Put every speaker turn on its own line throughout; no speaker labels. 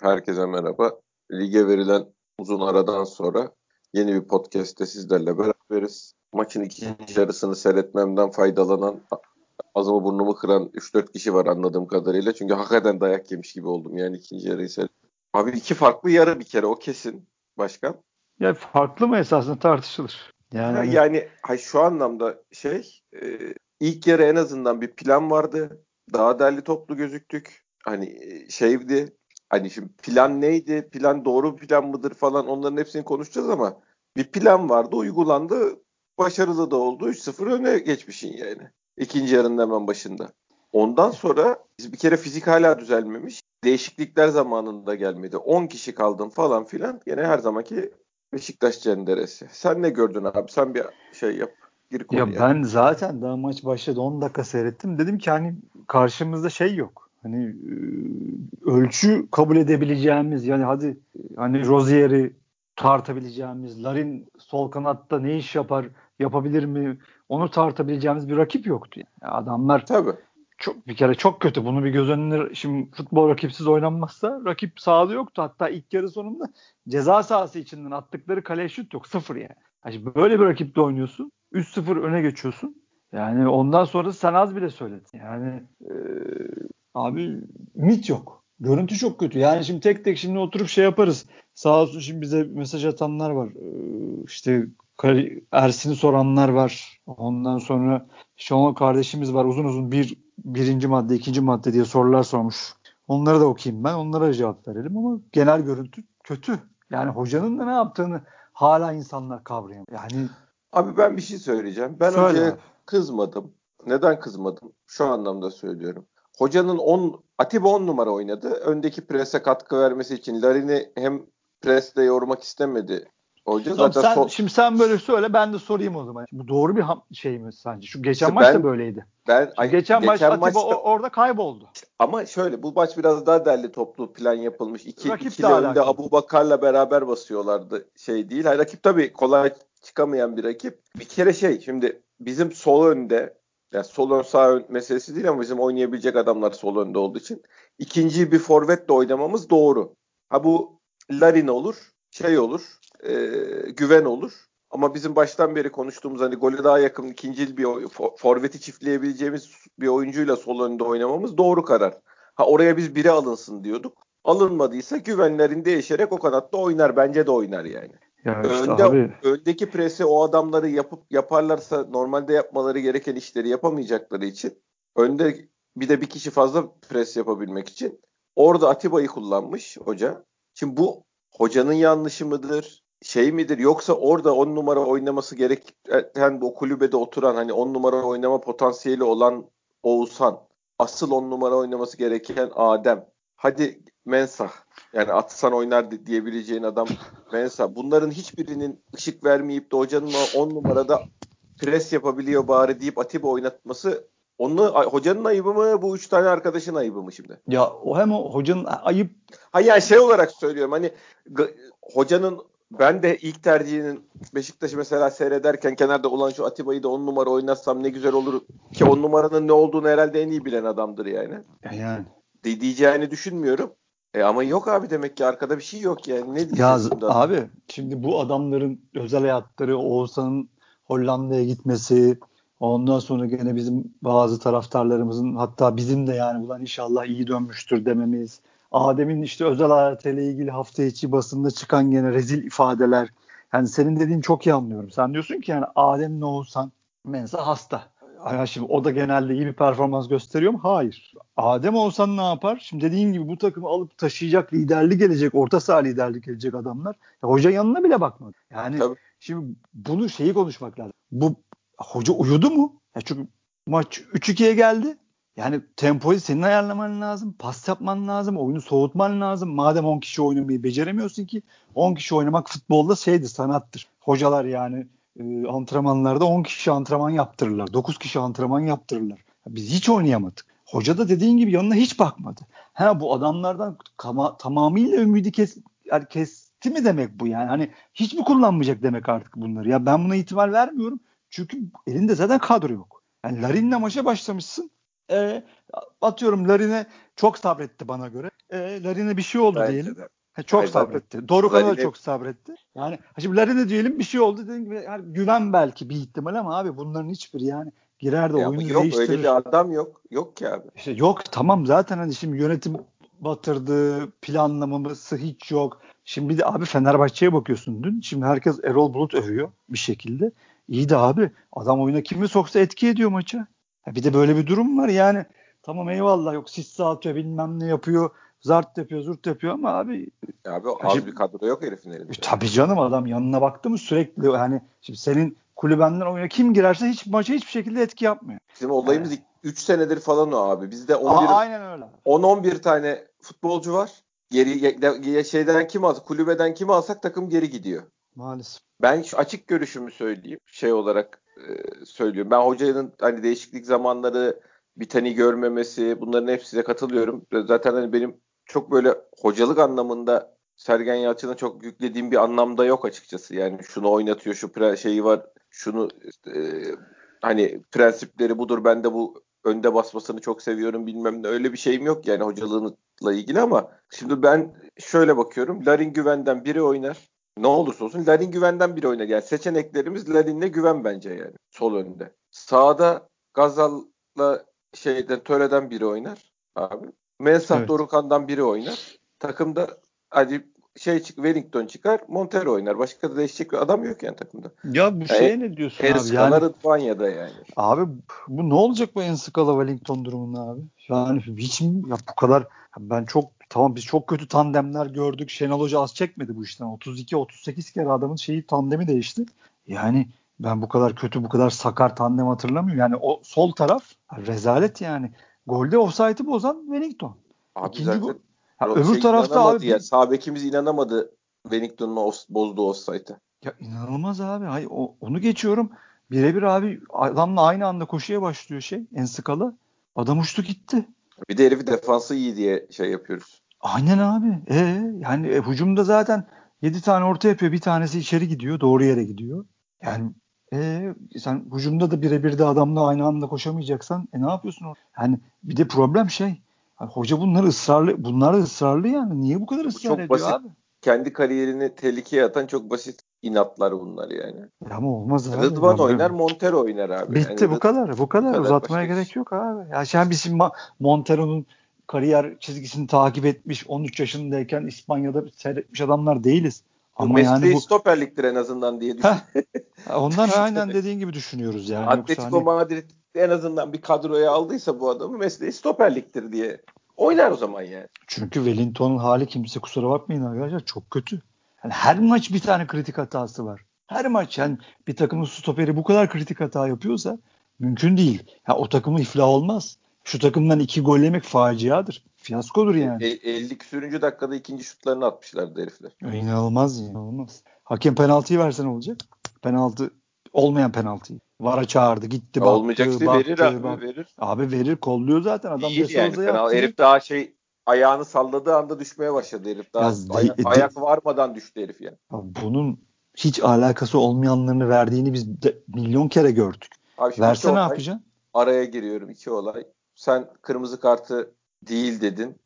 Herkese merhaba. Lige verilen uzun aradan sonra yeni bir podcast'te sizlerle beraberiz. Maçın ikinci yarısını seyretmemden faydalanan, ağzımı burnumu kıran 3-4 kişi var anladığım kadarıyla. Çünkü hakikaten dayak yemiş gibi oldum yani ikinci yarıyı seyret. Abi iki farklı yarı bir kere o kesin başkan.
Ya farklı mı esasında tartışılır.
Şu anlamda ilk yarı en azından bir plan vardı. Daha derli toplu gözüktük. Şeydi. Hani şimdi plan neydi? Plan doğru bir plan mıdır falan onların hepsini konuşacağız ama bir plan vardı, uygulandı. Başarılı da oldu. 3-0 öne geçmişin yani. İkinci yarının hemen başında. Ondan sonra biz bir kere fizik hala düzelmemiş. Değişiklikler zamanında gelmedi. 10 kişi kaldım falan filan. Yine her zamanki Beşiktaş cenderesi. Sen ne gördün abi? Sen bir şey yap. Gir
Ya
konuya.
ben zaten daha maç başladı 10 dakika seyrettim. Dedim ki hani karşımızda şey yok. Hani ölçü kabul edebileceğimiz yani hadi hani Rozier'i tartabileceğimiz, Larin sol kanatta ne iş yapabilir mi? Onu tartabileceğimiz bir rakip yoktu. Yani adamlar
Tabii.
bir kere çok kötü. Bunu bir göz önüne şimdi futbol rakipsiz oynanmazsa rakip sahada yoktu. Hatta ilk yarı sonunda ceza sahası içinden attıkları kaleye şut yok. Sıfır yani. Yani böyle bir rakiple oynuyorsun. 3-0 öne geçiyorsun. Yani ondan sonra sen az bile söyledin. Yani abi ümit yok. Görüntü çok kötü. Yani şimdi tek tek şimdi oturup şey yaparız. Sağ olsun şimdi bize mesaj atanlar var. İşte Ersin'i soranlar var. Ondan sonra Şenol kardeşimiz var. Uzun uzun birinci madde, ikinci madde diye sorular sormuş. Onları da okuyayım ben. Onlara cevap verelim ama genel görüntü kötü. Yani hocanın da ne yaptığını hala insanlar kavrayamıyor. Yani
Abi ben bir şey söyleyeceğim. Ben
söyle
hocaya
abi.
kızmadım. Neden kızmadım? Şu anlamda söylüyorum. Hocanın Atiba 10 numara oynadı. Öndeki prese katkı vermesi için Larin'i hem presle yormak istemedi. Hoca
Tamam
zaten
şimdi sen böyle söyle ben de sorayım o zaman. Bu doğru bir şey mi sence? Şu geçen
işte
maç da böyleydi. Şimdi geçen maç
geçen
Atiba
maçta
orada kayboldu.
ama şöyle bu maç biraz daha derli toplu plan yapılmış.
Rakip de
İkili önde
alakalı.
Abubakar'la beraber basıyorlardı. Şey değil. Hayır, rakip tabii kolay çıkamayan bir rakip. Bir kere şimdi bizim sol önde, yani sol ön sağ ön meselesi değil ama bizim oynayabilecek adamlar sol önde olduğu için ikinci bir forvetle oynamamız doğru. Ha bu Larin olur, olur, Güven olur. Ama bizim baştan beri konuştuğumuz hani gole daha yakın ikincil bir forveti çiftleyebileceğimiz bir oyuncuyla sol önde oynamamız doğru karar. Ha oraya biz biri alınsın diyorduk. Alınmadıysa güvenlerin değişerek o kanatta oynar. Bence de oynar yani.
Ya işte abi
Öndeki presi o adamları yaparlarsa normalde yapmaları gereken işleri yapamayacakları için önde bir de bir kişi fazla pres yapabilmek için orada Atiba'yı kullanmış hoca. Şimdi bu hocanın yanlışı mıdır? Şey midir? Yoksa orada 10 numara oynaması gereken bu kulübede oturan hani 10 numara oynama potansiyeli olan Oğuzhan. Asıl 10 numara oynaması gereken Adem. Hadi Mensah. Yani atsan oynar diyebileceğin adam Mensah. Bunların hiçbirinin ışık vermeyip de hocanın o 10 numarada pres yapabiliyor bari deyip Atiba oynatması hocanın ayıbı mı bu 3 tane arkadaşın ayıbı mı şimdi?
ya o hem o hocanın ayıp.
Hayır yani şey olarak söylüyorum hani hocanın ben de ilk tercihinin Beşiktaş'ı mesela seyrederken kenarda olan şu Atiba'yı da 10 numara oynatsam ne güzel olur ki 10 numaranın ne olduğunu herhalde en iyi bilen adamdır yani.
Yani
Diyeceğini düşünmüyorum. Ama yok abi demek ki arkada bir şey yok yani. Ne
ya
diyeceğiz şimdi?
abi şimdi bu adamların özel hayatları Oğuzhan'ın Hollanda'ya gitmesi ondan sonra gene bizim bazı taraftarlarımızın hatta bizim de yani ulan inşallah iyi dönmüştür dememiz. Adem'in işte özel hayatıyla ilgili hafta içi basında çıkan gene rezil ifadeler. Yani senin dediğin çok iyi anlıyorum. Sen diyorsun ki yani Adem'le Oğuzhan mesela hasta. Yani şimdi o da genelde iyi bir performans gösteriyor mu? Hayır. Adem olsan ne yapar? Şimdi dediğin gibi bu takımı alıp taşıyacak liderlik gelecek, orta saha liderlik gelecek adamlar. Ya hoca yanına bile bakmadı. Yani
Tabii.
şimdi bunu şeyi konuşmak lazım. Bu hoca uyudu mu? Ya çünkü maç 3-2'ye geldi. Yani tempoyu senin ayarlaman lazım. Pas yapman lazım. Oyunu soğutman lazım. Madem 10 kişi oynamayı beceremiyorsun ki 10 kişi oynamak futbolda sanattır. Hocalar yani antrenmanlarda 10 kişi antrenman yaptırırlar. 9 kişi antrenman yaptırırlar. Biz hiç oynayamadık. Hoca da dediğin gibi yanına hiç bakmadı. Bu adamlardan tamamıyla ümidi kesti mi demek bu yani? Hani hiç mi kullanmayacak demek artık bunları? Ya ben buna ihtimal vermiyorum. Çünkü elinde zaten kadro yok. Yani Larin'le maça başlamışsın. E, atıyorum Larin'e çok sabretti bana göre. Larin'e bir şey oldu
Bence
diyelim.
de.
Çok
Hayır, zaten
sabretti. Dorukhan'a da
Larin'e
çok sabretti. Yani şimdi Larin'e diyelim bir şey oldu. Dediğim gibi yani güven belki bir ihtimal ama abi bunların hiçbiri yani girer de
ya ama
oyunu
yok öyle bir
değiştirir.
adam yok. Yok ki abi.
İşte yok tamam zaten hani şimdi yönetim batırdı, planlamaması hiç yok. Şimdi bir de abi Fenerbahçe'ye bakıyorsun dün. Şimdi herkes Erol Bulut övüyor bir şekilde. İyi de abi adam oyuna kimi soksa etki ediyor maça. Bir de böyle bir durum var yani. Tamam eyvallah yok sis atıyor bilmem ne yapıyor. Zart yapıyor zurt yapıyor ama abi
Abi
ya
az
şimdi,
bir kadro yok herifin elinde.
tabii canım adam yanına baktı mı sürekli yani şimdi senin kulübenden oyuna kim girerse hiç maça hiçbir şekilde etki yapmıyor.
Bizim
Yani,
olayımız 3 senedir falan o abi. Bizde 11
aynen öyle.
10-11 tane futbolcu var. Şeyden kim alsak, kulübeden kim alsak takım geri gidiyor.
Maalesef.
Ben şu açık görüşümü söyleyeyim. Şey olarak söylüyorum. Ben hocanın hani değişiklik zamanları biteni görmemesi bunların hepsine katılıyorum. Zaten hani benim çok böyle hocalık anlamında Sergen Yalçın'a çok yüklediğim bir anlamda yok açıkçası. Yani şunu oynatıyor, şu şeyi var, şunu işte, hani prensipleri budur. Ben de bu önde basmasını çok seviyorum bilmem ne. Öyle bir şeyim yok yani hocalığıyla ilgili ama şimdi ben şöyle bakıyorum. Larin Güven'den biri oynar. Ne olursa olsun Larin Güven'den biri oynar. Yani seçeneklerimiz Larin'le Güven bence yani sol önde. Sağda Gazal'la Töre'den biri oynar abi. Mensah
Evet.
Dorukhan'dan biri oynar. Takımda hadi Wellington çıkar, Montero oynar. Başka da değişecek bir adam yok yani takımda.
Ya bu
Yani
şeye ne diyorsun abi?
Enskala
Yani
Rıdvanya'da yani.
abi bu ne olacak bu Enskala Wellington durumunda abi? Yani hiç mi ya bu kadar ben çok tamam biz çok kötü tandemler gördük. Şenol Hoca az çekmedi bu işten. 32-38 kere adamın tandemi değişti. Yani ben bu kadar kötü bu kadar sakar tandem hatırlamıyorum. Yani o sol taraf rezalet yani. Golde offside'ı bozan Wellington.
Abi
İkinci gol.
zaten
Öbür tarafta
inanamadı
abi
ya. Sağ bekimiz inanamadı Wellington'un bozduğu offside'e.
ya inanılmaz abi. Hayır, onu geçiyorum. Birebir abi adamla aynı anda koşuya başlıyor Enskala. Adam uçtu gitti.
Bir de herifi defansı iyi diye şey yapıyoruz.
Aynen abi. Yani hücumda zaten 7 tane orta yapıyor. Bir tanesi içeri gidiyor. Doğru yere gidiyor. Yani sen hücumda da birebir de adamla aynı anda koşamayacaksan ne yapıyorsun orada? Yani bir de problem yani hoca bunlar da ısrarlı yani. Niye bu kadar
Bu
ısrar
çok
ediyor
basit.
abi?
Kendi kariyerini tehlikeye atan çok basit inatlar bunlar yani.
Ama olmaz abi.
Rıdvan oynar, Montero oynar abi. Yani
Bitti bu kadar. Bu
bu
kadar.
kadar
Uzatmaya
başka bir
gerek
şey.
yok abi. Ya şimdi biz Montero'nun kariyer çizgisini takip etmiş 13 yaşındayken İspanya'da seyretmiş adamlar değiliz.
Yok,
Ama yani
mesleği
bu
stoperliktir en azından diye
heh,
düşün.
ondan aynen
düşünerek.
dediğin gibi düşünüyoruz yani. Yoksa
Atletico
hani
Madrid en azından bir kadroya aldıysa bu adamı mesleği stoperliktir diye. Oynar o zaman yani.
çünkü Wellington'un hali kimse kusura bakmayın arkadaşlar çok kötü. Yani her maç bir tane kritik hatası var. Her maç yani bir takımın stoperi bu kadar kritik hata yapıyorsa mümkün değil. Ya o takımın iflah olmaz. Şu takımdan 2 gol yemek faciadır. Fiyaskodur yani.
50 küsürüncü dakikada ikinci şutlarını atmışlardı herifler.
İnanılmaz ya, inanılmaz. Hakem penaltıyı verse ne olacak? Penaltı olmayan penaltıyı. VAR'a çağırdı, gitti
Ya
baktı,
olmayacaksa verir
baktı,
abi
baktı.
verir.
Abi verir, kolluyor zaten. Adam De
Değil yani
Souza'yı
penaltı.
attırıyor.
Herif daha ayağını salladığı anda düşmeye başladı herif.
Ya
Daha ayak varmadan düştü herif yani.
bunun hiç alakası olmayanlarını verdiğini biz milyon kere gördük.
Abi şimdi iki
Verse ne
olay
yapacaksın?
araya giriyorum, iki olay. Sen kırmızı kartı değil dedin.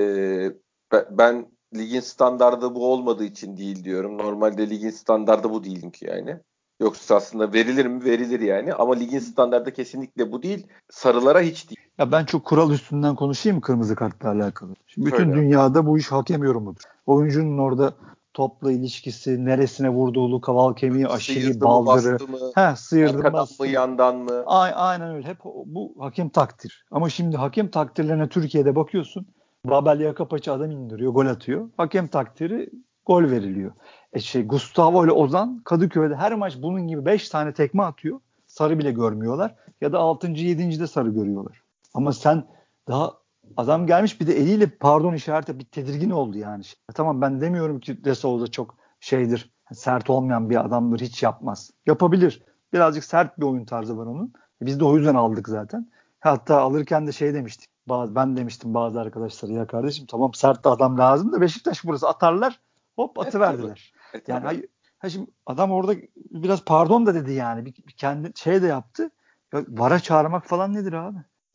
Ben ligin standardı bu olmadığı için değil diyorum. Normalde ligin standardı bu değil ki yani. Yoksa aslında verilir mi? Verilir yani. Ama ligin standardı kesinlikle bu değil. Sarılara hiç değil.
Ya ben çok kural üstünden konuşayım mı kırmızı kartla alakalı? Şimdi bütün
Söyle abi.
dünyada bu iş hakem yorumudur. Oyuncunun orada topla ilişkisi, neresine vurduğu, kaval kemiği, aşili,
Sıyırdı mı,
baldırı,
bastı mı?
sıyırdım
Arkadan mı,
bastım.
yandan mı?
Aynen öyle. Hep bu hakem takdir. Ama şimdi hakem takdirlerine Türkiye'de bakıyorsun. Babel Yakapaçı adam indiriyor, gol atıyor. Hakem takdiri gol veriliyor. Gustavo ile Ozan Kadıköy'de her maç bunun gibi 5 tane tekme atıyor. Sarı bile görmüyorlar. Ya da 6. 7. de sarı görüyorlar. Ama sen daha adam gelmiş bir de eliyle pardon işareti bir tedirgin oldu yani. Tamam ben demiyorum ki De Souza çok sert olmayan bir adamdır hiç yapmaz. Yapabilir. Birazcık sert bir oyun tarzı var onun. Biz de o yüzden aldık zaten. Hatta alırken de demiştik. Ben demiştim bazı arkadaşlara ya kardeşim tamam sert de adam lazım da Beşiktaş burası atarlar hop
Tabii.
atıverdiler. Yani
Tabii.
şimdi adam orada biraz pardon da dedi yani. Bir kendi de yaptı. Ya, VAR'a çağırmak falan nedir abi?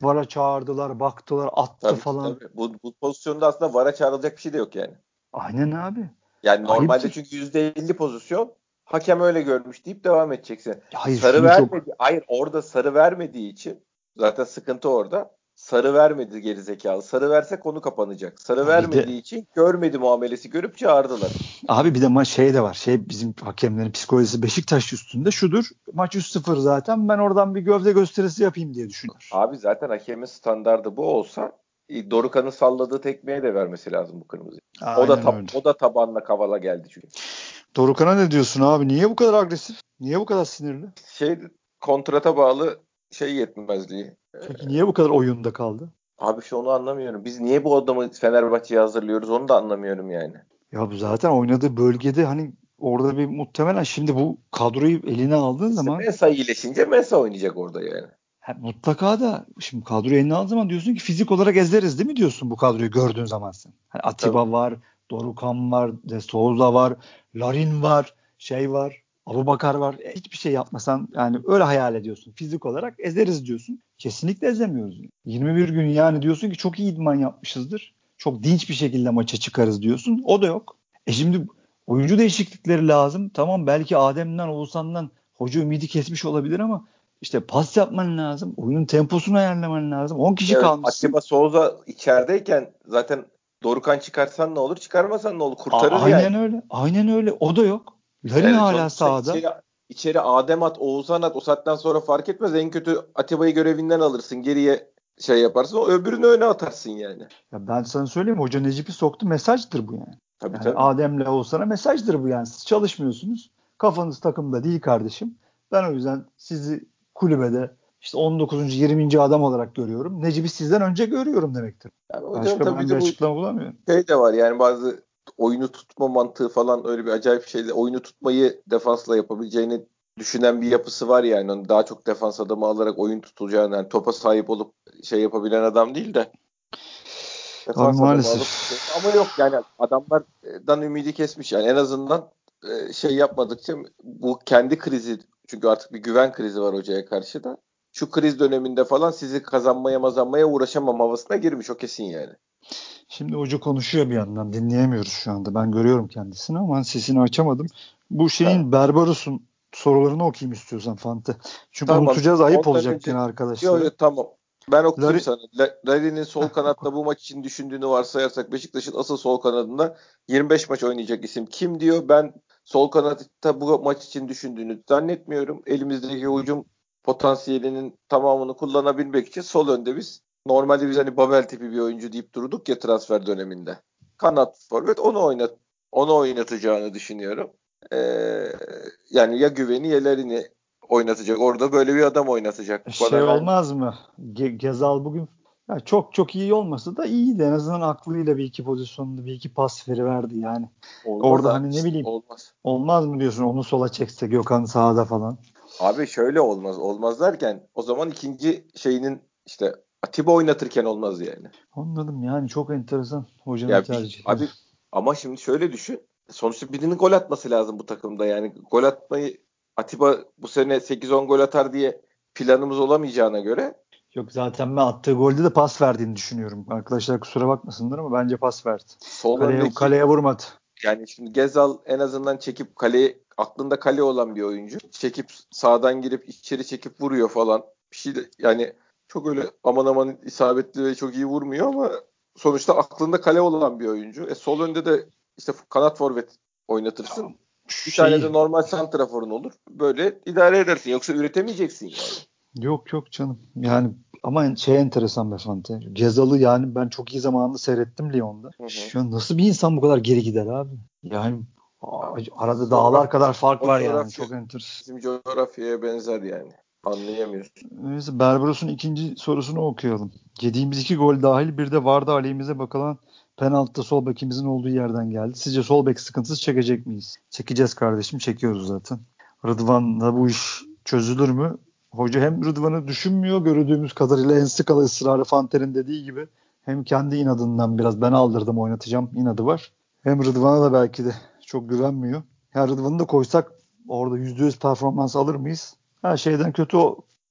VAR'a çağırdılar, baktılar, attı
Tabii ki
falan.
tabii. Bu pozisyonda aslında VAR'a çağrılacak bir şey de yok yani.
Aynen abi.
Yani normalde
Ayıptır.
çünkü %50 pozisyon hakem öyle görmüş deyip devam edeceksin.
Hayır
Sarı
şunu çok...
vermedi. Hayır, orada sarı vermediği için zaten sıkıntı orada. Sarı vermedi gerizekalı. Sarı verse konu kapanacak. Sarı
Ya bir de
vermediği için görmedi muamelesi görüp çağırdılar.
abi bir de şey de var. Bizim hakemlerin psikolojisi Beşiktaş üstünde şudur. Maç 3-0 zaten. Ben oradan bir gövde gösterisi yapayım diye düşünüyorlar.
Abi zaten hakemin standardı bu olsa Dorukhan'ın salladığı tekmeye de vermesi lazım bu kırmızıyı.
Aynen öyle.
O da tabanla kavala geldi çünkü.
Dorukhan'a ne diyorsun abi? Niye bu kadar agresif? Niye bu kadar sinirli?
Şey kontrata bağlı yetmezliği.
Peki niye bu kadar oyunda kaldı?
Abi şu onu anlamıyorum. Biz niye bu adamı Fenerbahçe'ye hazırlıyoruz onu da anlamıyorum yani.
Ya bu zaten oynadığı bölgede hani orada bir muhtemelen şimdi bu kadroyu eline aldığın
İşte
zaman
Mensah iyileşince Mensah oynayacak orada yani.
mutlaka da şimdi kadroyu eline aldığın zaman diyorsun ki fizik olarak ezeriz değil mi diyorsun bu kadroyu gördüğün zaman sen. Hani
Tabii.
Atiba var, Dorukhan var, De Souza var, Larin var, şey var, Abubakar var. Hiçbir şey yapmasan yani öyle hayal ediyorsun. Fizik olarak ezeriz diyorsun. Kesinlikle ezemiyoruz. 21 gün yani diyorsun ki çok iyi idman yapmışızdır. Çok dinç bir şekilde maça çıkarız diyorsun. O da yok. Şimdi oyuncu değişiklikleri lazım. Tamam belki Adem'den, Oğuzhan'dan hoca ümidi kesmiş olabilir ama işte pas yapman lazım. Oyunun temposunu ayarlaman lazım. 10 kişi
Evet,
kalmışsın.
Atiba Souza içerideyken zaten Dorukhan çıkarsan ne olur, çıkarmasan ne olur? Kurtarır yani.
Aynen öyle. Aynen öyle. O da yok. Larin
Yani
hala
sonuçta
sahada.
içeri Adem at, Oğuzhan at. O saatten sonra fark etmez. En kötü Atiba'yı görevinden alırsın. Geriye yaparsın. O öbürünü öne atarsın yani.
Ya ben sana söyleyeyim Hoca Necip'i soktu. Mesajdır bu yani.
Tabii
Yani
tabii.
Adem'le Oğuzhan'a mesajdır bu yani. Siz çalışmıyorsunuz. Kafanız takımda değil kardeşim. Ben o yüzden sizi kulübede işte 19. 20. adam olarak görüyorum. Necip'i sizden önce görüyorum demektir.
Yani hocanın
Başka
tabii
ben
bir
bir
de bu
açıklama bulamıyorum.
de var yani bazı oyunu tutma mantığı falan öyle bir acayip şeyle oyunu tutmayı defansla yapabileceğini düşünen bir yapısı var yani. Hani daha çok defans adamı alarak oyun tutulacağını yani topa sahip olup yapabilen adam değil de
Abi
defans adamı alıp
maalesef.
ama yok yani adamlardan ümidi kesmiş yani en azından yapmadıkça bu kendi krizi çünkü artık bir güven krizi var hocaya karşı da şu kriz döneminde falan sizi kazanmaya mazanmaya uğraşamam havasına girmiş o kesin yani.
Şimdi hoca konuşuyor bir yandan. Dinleyemiyoruz şu anda. Ben görüyorum kendisini ama sesini açamadım. Bu
Ha.
şeyin Berbaros'un sorularını okuyayım istiyorsan Fante. Çünkü
Tamam.
unutacağız. Ayıp
Ondan
olacak
önce
gene
yo
arkadaşlara.
tamam. Ben okuyayım
Larry,
sana. Larin'in sol
oku.
kanatta bu maç için düşündüğünü varsayarsak Beşiktaş'ın asıl sol kanadında 25 maç oynayacak isim kim diyor? Ben sol kanatta bu maç için düşündüğünü zannetmiyorum. Elimizdeki hücum potansiyelinin tamamını kullanabilmek için sol önde normalde biz hani Babel tipi bir oyuncu deyip durduk ya transfer döneminde. Kanat forvet onu oynatacağını düşünüyorum. Ee, yani ya Güven'i ya Larin'i oynatacak. Orada böyle bir adam oynatacak.
Şey
Bana ben
olmaz mı? Gezal bugün ya çok çok iyi olmasa da iyiydi. En azından aklıyla bir iki pozisyonda bir iki pas verdi yani.
olmaz
Orada
abi
hani ne
işte
bileyim
olmaz.
olmaz mı diyorsun onu sola çekse Gökhan sağda falan.
Abi şöyle olmaz. Olmaz derken o zaman ikinci işte Atiba oynatırken olmaz yani.
Anladım yani çok enteresan hocanın
Ya
tercihleri.
abi ama şimdi şöyle düşün. Sonuçta birinin gol atması lazım bu takımda yani. Gol atmayı Atiba bu sene 8-10 gol atar diye planımız olamayacağına göre
Yok zaten ben attığı golde de pas verdiğini düşünüyorum. Arkadaşlar kusura bakmasınlar ama bence pas verdi.
sol öndeki
Kaleye vurmadı.
yani şimdi Gezal en azından çekip aklında kale olan bir oyuncu. Çekip sağdan girip içeri çekip vuruyor falan. Bir şey de yani çok öyle aman aman isabetli ve çok iyi vurmuyor ama sonuçta aklında kale olan bir oyuncu. Sol önde de işte kanat forvet
Ya,
oynatırsın. Bir tane
şeyi
de normal santraforun olur. Böyle idare edersin. Yoksa üretemeyeceksin yani.
yok canım. Yani ama şey enteresan be Fante. Gezal'ı yani ben çok iyi zamanında seyrettim Lyon'da.
Hı hı.
Şu an nasıl bir insan bu kadar geri gider abi? Yani
Abi,
arada dağlar
coğrafya,
kadar fark
o
var yani.
coğrafya
Çok enteresan.
bizim coğrafyaya benzer yani. Anlayamıyorsun.
Neyse Berberos'un ikinci sorusunu okuyalım. Yediğimiz iki gol dahil bir de VAR'da aleyhimize bakılan penaltıda sol bekimizin olduğu yerden geldi. Sizce sol bek sıkıntısı çekecek miyiz? Çekeceğiz kardeşim. Çekiyoruz zaten. Rıdvan'la bu iş çözülür mü? Hoca hem Rıdvan'ı düşünmüyor gördüğümüz kadarıyla en sıkalı ısrarı Fanter'in dediği gibi hem kendi inadından biraz ben aldırdım oynatacağım inadı var. Hem Rıdvan'a da belki de çok güvenmiyor. Ya Rıdvan'ı da koysak orada %100 performans alır mıyız? Her şeyden kötü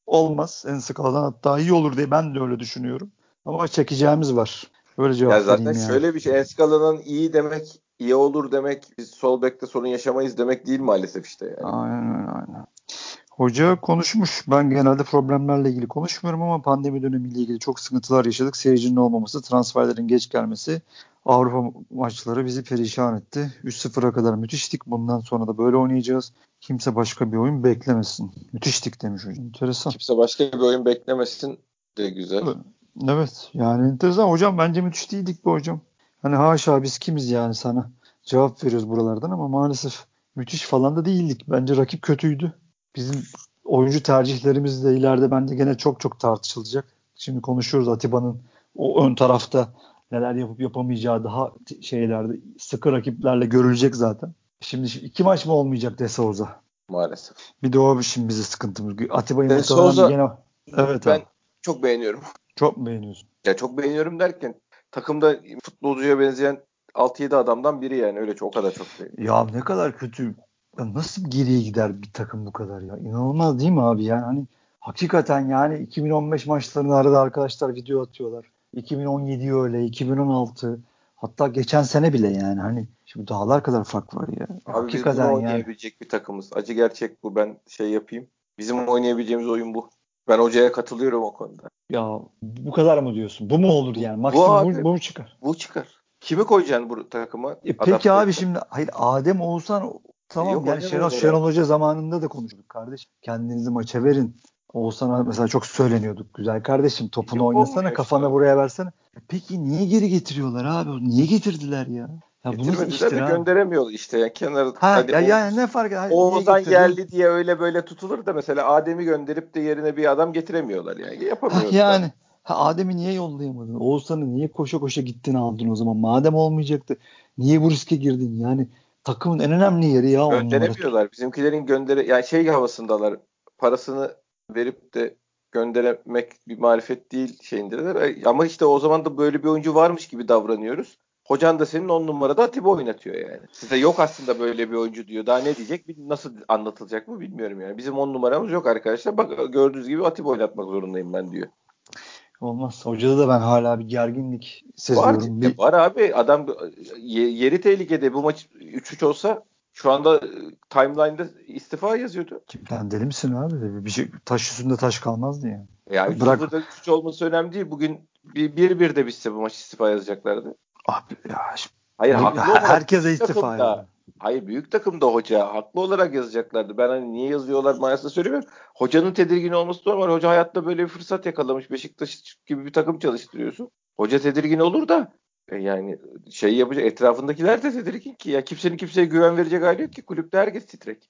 olmaz. Enskalı'dan hatta iyi olur diye ben de öyle düşünüyorum. Ama çekeceğimiz var. Böyle
Ya
cevap
zaten
vereyim yani.
şöyle bir şey. Enskala'nın iyi demek, iyi olur demek, biz sol bekte sorun yaşamayız demek değil maalesef işte yani.
Aynen öyle, aynen. Hoca konuşmuş. Ben genelde problemlerle ilgili konuşmuyorum ama pandemi dönemiyle ilgili çok sıkıntılar yaşadık. Seyircinin olmaması, transferlerin geç gelmesi, Avrupa maçları bizi perişan etti. 3-0'a kadar müthiştik. Bundan sonra da böyle oynayacağız. Kimse başka bir oyun beklemesin. Müthiştik demiş hocam. Enteresan.
Kimse başka bir oyun beklemesin de güzel.
Evet. Yani enteresan. Hocam bence müthiş değildik bu hocam. Hani haşa biz kimiz yani sana cevap veriyoruz buralardan ama maalesef müthiş falan da değildik. Bence rakip kötüydü. Bizim oyuncu tercihlerimiz de ileride bence gene çok çok tartışılacak. Şimdi konuşuyoruz Atiba'nın o ön tarafta neler yapıp yapamayacağı daha şeylerde sıkı rakiplerle görülecek zaten. Şimdi iki maç mı olmayacak De Souza?
Maalesef.
Bir de o şimdi bize sıkıntımız. Atiba'yı
De
muhtemelen
Souza
gene evet
ben
abi.
çok beğeniyorum.
Çok mu beğeniyorsun?
Ya çok beğeniyorum derken takımda futbolcuya benzeyen 6-7 adamdan biri yani öyle çok, o kadar çok beğeniyorum.
Ya ne kadar kötü. Ya nasıl geriye gider bir takım bu kadar ya? İnanılmaz değil mi abi? Yani hani hakikaten yani 2015 maçlarını arada arkadaşlar video atıyorlar. 2017 öyle, 2016 hatta geçen sene bile yani hani şimdi dağlar kadar fark var ya.
Abi biz bunu
Hakikaten yani.
oynayabilecek bir takımız. Acı gerçek bu, ben şey yapayım. Bizim oynayabileceğimiz oyun bu. Ben hocaya katılıyorum o konuda.
Ya bu kadar mı diyorsun? Bu mu olur yani?
Bu
Maksimum
abi,
bu mu çıkar?
bu çıkar. Kimi koyacaksın bu takıma
Peki
adapte
abi
edecek?
şimdi hayır Adem Oğuzhan tamam
Yok,
yani
oynamıyorlar
Şenol
abi.
Hoca zamanında da konuştuk kardeş. Kendinizi maça verin. Oğuzhan'a mesela çok söyleniyorduk. Güzel kardeşim topunu
Yok,
oynasana
olmuyor işte
kafana
abi.
buraya versene. Peki niye geri getiriyorlar abi? Niye getirdiler ya? Ya bu nasıl
Getirmediler
iştir
de
abi?
gönderemiyor işte. Yani kenar
Ha
hadi
ya yani ne fark eder? Niye
Oğuzhan
getirdin?
geldi diye öyle böyle tutulur da mesela Adem'i gönderip de yerine bir adam getiremiyorlar yani.
Ha
Yapamıyorlar abi.
yani. Ha Adem'i niye yollayamadın? Oğuzhan'ı niye koşa koşa gittin aldın o zaman? Madem olmayacaktı. Niye bu riske girdin? Yani takımın en önemli yeri ya on numara.
Gönderemiyorlar. Bizimkilerin yani şey havasındalar. Parasını verip de gönderemek bir marifet değil şeyindeler. Ama işte o zaman da böyle bir oyuncu varmış gibi davranıyoruz. Hocan da senin 10 numarada Atiba oynatıyor yani. Size yok aslında böyle bir oyuncu diyor. Daha ne diyecek? Nasıl anlatılacak mı bilmiyorum yani. Bizim 10 numaramız yok arkadaşlar. Bak gördüğünüz gibi Atiba oynatmak zorundayım ben diyor.
Olmaz. Hocada da ben hala bir gerginlik
Var
seziyorum.
cidden var abi. Adam yeri tehlikede. Bu maç 3-3 olsa şu anda timeline'da istifa yazıyordu.
Sen deli misin abi? Bir şey, taş üstünde taş kalmazdı yani.
Ya
Bırak
3-0'da 3-3 olması önemli değil. Bugün 1-1 de bitse bu maç istifa yazacaklardı.
abi ya
Hayır, haklı olarak
herkese
büyük
istifa
takımda.
yazdı.
Hayır, büyük takımda hoca haklı olarak yazacaklardı. Ben hani niye yazıyorlar maalesef söylemiyorum. Hocanın tedirgin olması normal. Hoca hayatta böyle bir fırsat yakalamış. Beşiktaş gibi bir takım çalıştırıyorsun. Hoca tedirgin olur da yani şey yapacak, etrafındakiler de tedirgin ki ya, kimsenin kimseye güven verecek hali yok ki, kulüpte herkes titrek.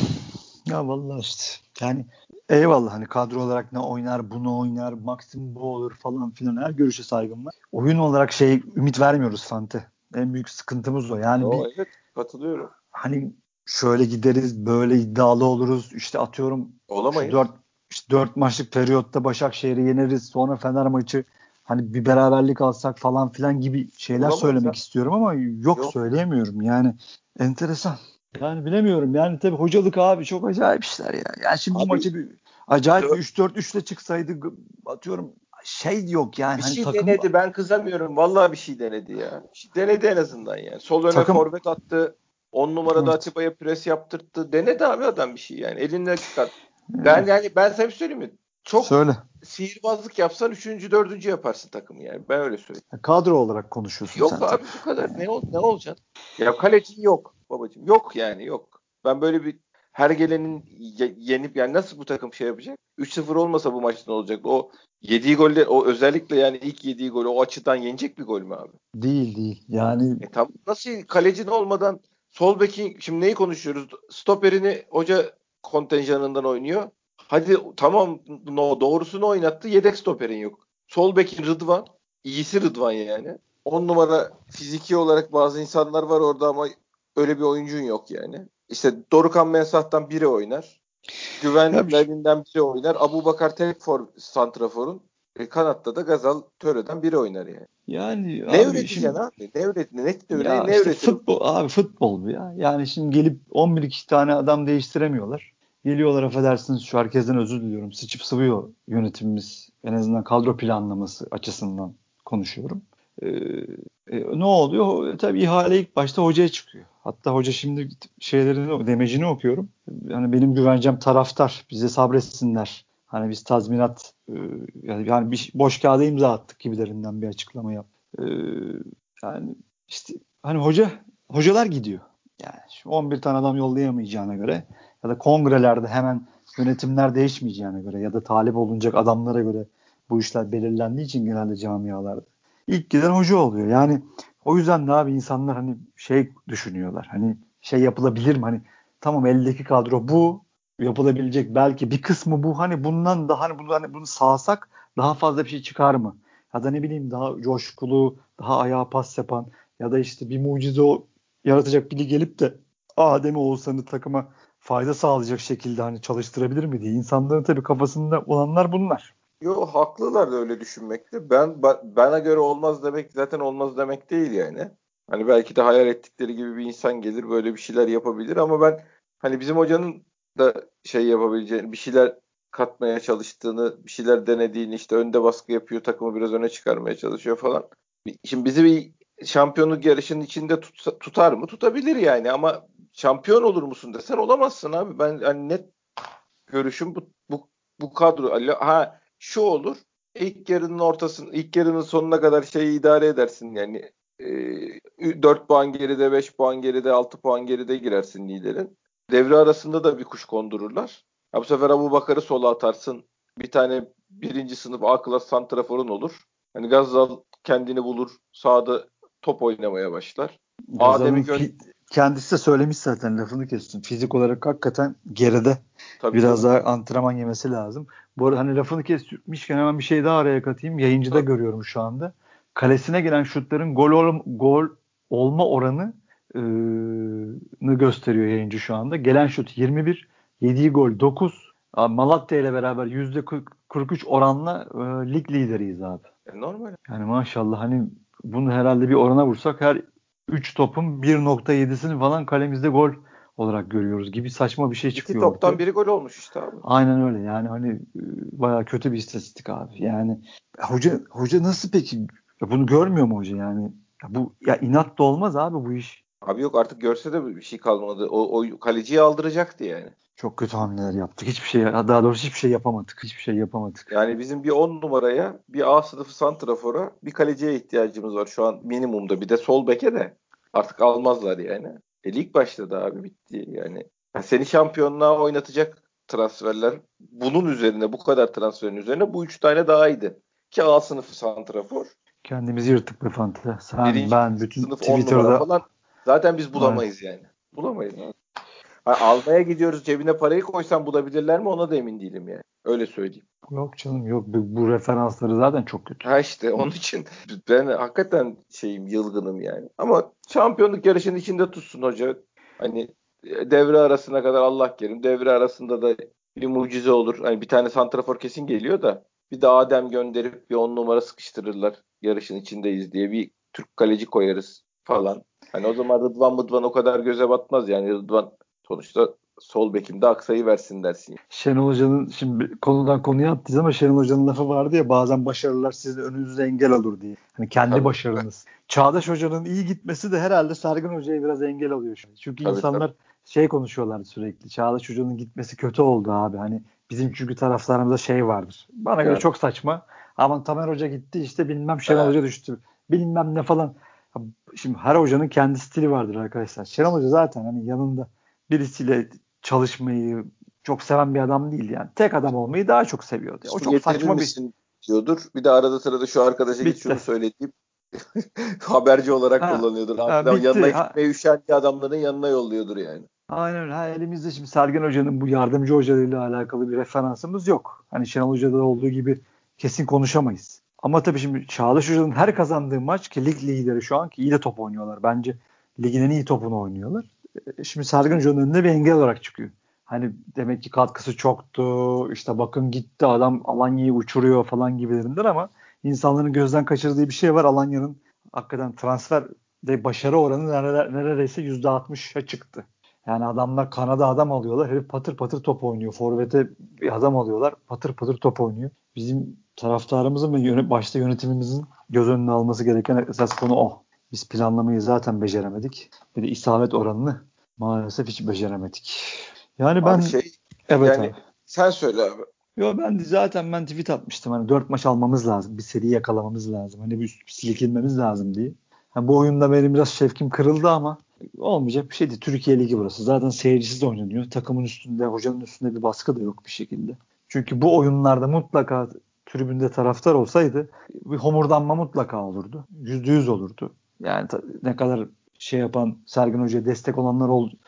Ya vallahi işte. Yani eyvallah hani kadro olarak ne oynar, bunu oynar, maksimum bu olur falan filan her görüşe saygım var. Oyun olarak şey ümit vermiyoruz Fante. En büyük sıkıntımız o. Yani
O
bir
evet, katılıyorum.
hani şöyle gideriz, böyle iddialı oluruz. İşte atıyorum şu
Olamayız.
dört maçlık periyotta Başakşehir'i yeneriz. Sonra Fener maçı hani bir beraberlik alsak falan filan gibi şeyler
Olamayız
söylemek
ha.
istiyorum ama yok
Yok.
söyleyemiyorum. Yani enteresan. Yani bilemiyorum. Yani tabii hocalık abi çok acayip işler ya. Yani şimdi bu
Abi
maçı bir acayip bir
dö-
3-4-3'le çıksaydı atıyorum şey yok yani
bir
hani
şey denedi, ben kızamıyorum. Vallahi bir şey denedi ya. Bir şey denedi en azından yani. Sol öne
takım
forvet attı. 10 numarada
evet.
Atiba'ya pres yaptırttı. Denedi abi adam bir şey yani. Eline kat. Ben
Yani
yani ben sana bir şey söyleyeyim mi? Çok
söyle.
sihirbazlık yapsan 3. 4. yaparsın takımı yani. Ben öyle söyleyeyim.
Kadro olarak konuşuyorsun
Yok
sen tabii.
abi, bu kadar. Ne olacaksın? Ya kaleci yok babacığım. Yok yani, yok. Ben böyle bir her gelenin yenip yani nasıl bu takım şey yapacak? 3-0 olmasa bu maç ne olacak? O yediği golde, o özellikle yani ilk yediği gol o açıdan yenecek bir gol mü abi?
Değil değil. Yani
Tam nasıl kalecin olmadan sol bekin, şimdi neyi konuşuyoruz? Stoperini hoca kontenjanından oynuyor. Hadi tamam, no, doğrusunu oynattı. Yedek stoperin yok. Sol bekin Rıdvan. İyisi Rıdvan yani. 10 numara fiziki olarak bazı insanlar var orada ama öyle bir oyuncun yok yani. İşte Dorukhan Mensah'tan biri oynar.
ya bir,
Güvenlerinden biri oynar. Abubakar tek santraforun. Kanatta da Gazal Töre'den biri oynar yani.
yani
Ne
abi
üreteceksin
şimdi
abi? Ne
ya
ne
işte
üretir?
futbol abi futbol bu ya. Yani şimdi gelip 11 iki tane adam değiştiremiyorlar. Geliyorlar, affedersiniz, şu herkesten özür diliyorum. Sıçıp sıvıyor yönetimimiz. En azından kadro planlaması açısından konuşuyorum. Ee, Ne oluyor? Tabii ihale ilk başta hocaya çıkıyor. Hatta hoca şimdi şeylerini, demecini okuyorum. Yani benim güvencem taraftar. Bize sabretsinler. Hani biz tazminat yani bir boş kağıda imza attık gibilerinden bir açıklama yap. Ee, Yani işte hani hocalar gidiyor. Yani şu 11 tane adam yollayamayacağına göre ya da kongrelerde hemen yönetimler değişmeyeceğine göre ya da talip olunacak adamlara göre bu işler belirlendiği için genelde camialarda ilk giden hoca oluyor. Yani o yüzden de abi insanlar hani şey düşünüyorlar. Hani şey yapılabilir mi? Hani tamam, eldeki kadro bu, yapılabilecek belki bir kısmı bu. Hani bundan daha bunu sağsak daha fazla bir şey çıkar mı? Ya da ne bileyim, daha coşkulu, daha ayağa pas yapan ya da işte bir mucize yaratacak biri gelip de Adem Oğuzhan'ı takıma fayda sağlayacak şekilde hani çalıştırabilir mi diye. İnsanların tabii kafasında olanlar bunlar.
Yo, haklılar da öyle düşünmekte. Bana göre olmaz demek zaten olmaz demek değil yani. Hani belki de hayal ettikleri gibi bir insan gelir böyle bir şeyler yapabilir ama ben hani bizim hocanın da şey yapabileceğini, bir şeyler katmaya çalıştığını, bir şeyler denediğini, işte önde baskı yapıyor, takımı biraz öne çıkarmaya çalışıyor falan. Şimdi bizi bir şampiyonluk yarışının içinde tutar mı? Tutabilir yani ama şampiyon olur musun desen olamazsın abi. Ben hani net görüşüm bu kadro. Ha, şu olur. İlk yarının sonuna kadar şeyi idare edersin yani. 4 puan geride, 5 puan geride, 6 puan geride girersin liderin. Devre arasında da bir kuş kondururlar. Ya bu sefer Abubakar'ı sola atarsın. Bir tane birinci sınıf A klas santraforun olur. Hani Gazzal kendini bulur. Sağda top oynamaya başlar.
Gazal'ın
Adem'i gö-
kendisi de söylemiş zaten, lafını kestim. Fizik olarak hakikaten geride.
tabii
Biraz
tabii.
daha antrenman yemesi lazım. Bu arada hani lafını kesmişken hemen bir şey daha araya katayım. Yayıncıda
Tabii.
görüyorum şu anda. Kalesine gelen şutların gol olma oranı gösteriyor yayıncı şu anda. Gelen şut 21, yediği gol 9. Malatya ile beraber %43 oranla lig lideriyiz abi.
Normal.
Yani maşallah, hani bunu herhalde bir orana vursak her 3 topun 1.7'sini falan kalemizde gol olarak görüyoruz gibi saçma bir şey
İki
çıkıyor
toptan
ortaya.
biri gol olmuş işte abi.
Aynen öyle. Yani hani bayağı kötü bir istatistik abi. Yani hoca nasıl peki, bunu görmüyor mu hoca yani? Ya inat da olmaz abi bu iş.
Abi yok, artık görse de bir şey kalmadı. O kaleciyi aldıracaktı yani.
Çok kötü hamleler yaptık. Hiçbir şey, daha doğrusu hiçbir şey yapamadık. Hiçbir şey yapamadık.
Yani bizim bir 10 numaraya, bir A sınıfı santrafora, bir kaleciye ihtiyacımız var şu an minimumda. Bir de sol beke de artık almazlar yani. Lig başladı abi, bitti yani. Ya seni şampiyonluğa oynatacak transferler, bunun üzerine, bu kadar transferin üzerine bu 3 tane daha iyiydi. Ki A sınıfı santrafor,
Kendimizi yırttık be Fante. Sen,
birinci
ben, bütün
sınıf 10 numara
Twitter'da.
falan zaten biz
Aynen.
bulamayız yani. Bulamayız. Ha, almaya gidiyoruz, cebine parayı koysan bulabilirler mi, ona da emin değilim yani. Öyle söyleyeyim.
Yok canım, yok. Bu referansları zaten çok kötü.
Ha işte onun için ben hakikaten yılgınım yani. Ama şampiyonluk yarışının içinde tutsun hoca. Hani devre arasına kadar Allah kerim. Devre arasında da bir mucize olur. Hani bir tane santrafor kesin geliyor da bir de Adem gönderip bir 10 numara sıkıştırırlar. Yarışın içindeyiz diye bir Türk kaleci koyarız falan. Hani o zaman Rıdvan o kadar göze batmaz yani. Rıdvan sonuçta sol bekimde aksayı versin dersin.
Şenol Hoca'nın, şimdi konudan konuya attıyız ama Şenol Hoca'nın lafı vardı ya, bazen başarılar sizin önünüze engel olur diye. Hani kendi
Tabii
başarınız. Çağdaş Hoca'nın iyi gitmesi de herhalde Sergen Hoca'ya biraz engel oluyor şu an. Çünkü
tabii tabii.
insanlar şey konuşuyorlar sürekli. Çağdaş Hoca'nın gitmesi kötü oldu abi. Hani bizim çünkü taraftarımızda şey vardır. Bana göre
Evet.
çok saçma. Aman Tamer Hoca gitti, işte bilmem Şenol
Ha,
Hoca düştü. Bilmem ne falan. Şimdi her hocanın kendi stili vardır arkadaşlar. Şenol Hoca zaten hani yanında birisiyle çalışmayı çok seven bir adam değil yani. Tek adam olmayı daha çok seviyordu. O
su
çok
getirir
saçma bir
misin diyordur. Bir de arada sırada şu arkadaşa git
bitti.
şunu söyle deyip haberci olarak
Ha,
kullanıyordur. Yanına
bitti.
gitmeye üşendiği adamların yanına yolluyordur yani.
Aynen öyle. Elimizde şimdi Sergen Hoca'nın bu yardımcı hocalarıyla alakalı bir referansımız yok. Hani Şenol Hoca'da olduğu gibi kesin konuşamayız. Ama tabii şimdi Çağdaş Hoca'nın her kazandığı maç, ki lig lideri şu an, ki iyi de top oynuyorlar. Bence ligin en iyi topunu oynuyorlar. Şimdi Sergen Hoca'nın önüne bir engel olarak çıkıyor. Hani demek ki katkısı çoktu. İşte bakın gitti adam Alanya'yı uçuruyor falan gibilerinden, ama insanların gözden kaçırdığı bir şey var. Alanya'nın hakikaten transfer de başarı oranı neredeyse %60'a çıktı. Yani adamlar kanada adam alıyorlar. Herif patır patır top oynuyor. Forvet'e bir adam alıyorlar. Patır patır top oynuyor. Bizim taraftarımızın ve başta yönetimimizin göz önüne alması gereken esas konu o. Biz planlamayı zaten beceremedik. Bir de isabet oranını maalesef hiç beceremedik. Yani
Abi
ben evet
yani
abi.
sen söyle abi.
Yo ben tweet atmıştım. Hani 4 maç almamız lazım. Bir seri yakalamamız lazım. Hani bir silkilmemiz lazım diye. Yani bu oyunda benim biraz şevkim kırıldı ama olmayacak bir şeydi. Türkiye Ligi burası. Zaten seyircisiz oynanıyor. Takımın üstünde, hocanın üstünde bir baskı da yok bir şekilde. Çünkü bu oyunlarda mutlaka tribünde taraftar olsaydı bir homurdanma mutlaka olurdu. %100 olurdu. Yani ne kadar şey yapan Sergen Hoca'ya destek olanlar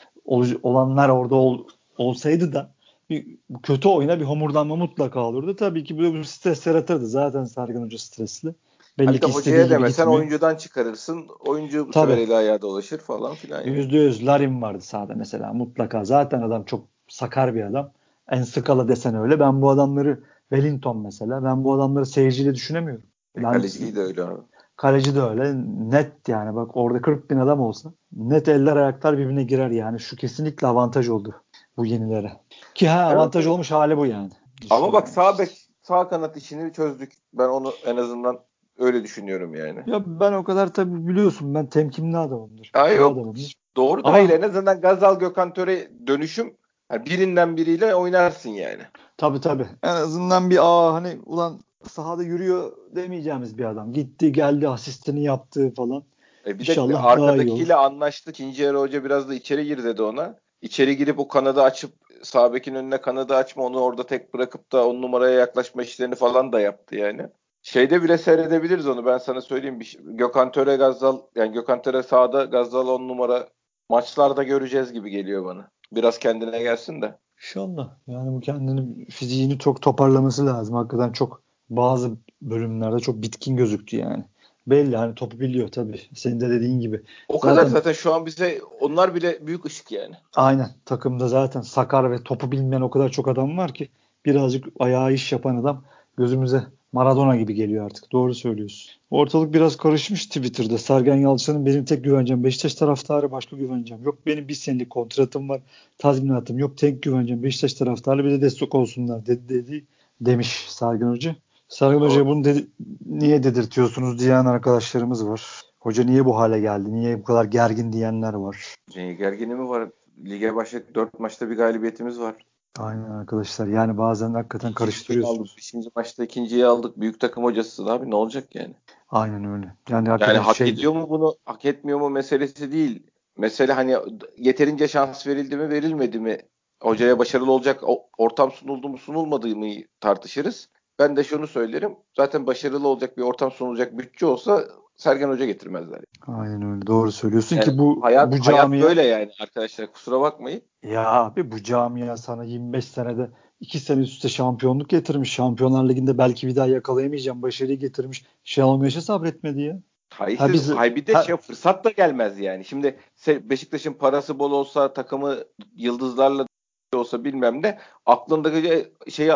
olanlar orada olsaydı da bir kötü oyuna bir homurdanma mutlaka olurdu. Tabii ki bu stres yaratırdı. Zaten Sergen Hoca stresli.
Bir
Belli
de
ki istediği
hocaya
gibi
demesen
gitmiyor.
oyuncudan çıkarırsın. Oyuncu bu sefer
Tabii.
eli ayağa dolaşır falan filan yani.
%100 Larin vardı sahada mesela. Mutlaka. Zaten adam çok sakar bir adam. En skala desen öyle. Ben bu adamları Wellington mesela. Ben bu adamları seyirciyle düşünemiyorum. Ben
Kaleciyi de öyle abi.
kaleci de öyle. Net yani. Bak orada 40 bin adam olsa net eller ayaklar birbirine girer yani. Şu kesinlikle avantaj oldu bu yenilere. Ki
Evet,
avantaj
evet.
olmuş hali bu yani.
Ama
Düşün
bak
yani.
sağ bek, sağ kanat işini çözdük. Ben onu en azından öyle düşünüyorum yani.
Ya ben o kadar tabii biliyorsun ben temkinli adamımdır.
Ay
Şey
yok.
adamımdır.
Doğru da hayır,
Ama
en azından Gazal Gökhan Töre dönüşüm, yani birinden biriyle oynarsın yani.
tabii. En azından bir hani ulan sahada yürüyor demeyeceğimiz bir adam. Gitti geldi asistini yaptı falan.
Bir de
İnşallah daha iyi
arkadakiyle
olur.
anlaştı. İkinci yarı hoca biraz da içeri gir dedi ona. İçeri girip o kanadı açıp sağ bekin önüne kanadı açma, onu orada tek bırakıp da 10 numaraya yaklaşma işlerini falan da yaptı yani. Şeyde bile seyredebiliriz onu, ben sana söyleyeyim. Gökhan Töre Gazzal, yani Gökhan Töre sağda, Gazzal 10 numara maçlarda göreceğiz gibi geliyor bana. Biraz kendine gelsin de.
İnşallah. Yani bu kendini fiziğini çok toparlaması lazım. Hakikaten çok bazı bölümlerde çok bitkin gözüktü yani. Belli hani topu biliyor tabii. Senin de dediğin gibi.
O kadar
Zaten
zaten şu an bize onlar bile büyük ışık yani.
aynen takımda zaten sakar ve topu bilmeyen o kadar çok adam var ki birazcık ayağı iş yapan adam gözümüze Maradona gibi geliyor artık. Doğru söylüyorsun. Ortalık biraz karışmış Twitter'da. Sergen Yalçın'ın benim tek güvencem Beşiktaş taraftarı, başka güvencem yok. Benim bir senelik kontratım var. Tazminatım yok. Tek güvencem Beşiktaş taraftarı, bir de destek olsunlar dedi demiş Sergen Hoca. Sergen
O
Hoca'ya bunu niye dedirtiyorsunuz diyen arkadaşlarımız var. Hoca niye bu hale geldi? Niye bu kadar gergin diyenler var.
gergini mi var? Lige başladık. 4 maçta bir galibiyetimiz var.
Aynen arkadaşlar. Yani bazen hakikaten
İkinciyi aldık.
karıştırıyorsunuz.
5. maçta ikinciyi aldık. Büyük takım hocasısın abi. Ne olacak yani?
Aynen öyle. Yani
Yani
hakikaten
hak ediyor mu bunu, hak etmiyor mu meselesi değil. Mesele hani yeterince şans verildi mi, verilmedi mi? Hocaya başarılı olacak ortam sunuldu mu, sunulmadı mı tartışırız. Ben de şunu söylerim. Zaten başarılı olacak bir ortam sunulacak bütçe olsa Sergen Hoca getirmezler.
aynen öyle. Doğru söylüyorsun
Yani
ki bu
hayat
bu
hayat
camia
böyle yani arkadaşlar. Kusura bakmayın.
ya abi bu camia sana 25 senede 2 sene üst üste şampiyonluk getirmiş. Şampiyonlar Ligi'nde belki bir daha yakalayamayacağım başarıyı getirmiş. Şenol Güneş'e sabretmedi ya. Ha
Hayır,
biz
bir de
ha,
fırsat da gelmez yani. Şimdi Beşiktaş'ın parası bol olsa, takımı yıldızlarla olsa bilmem ne, aklındaki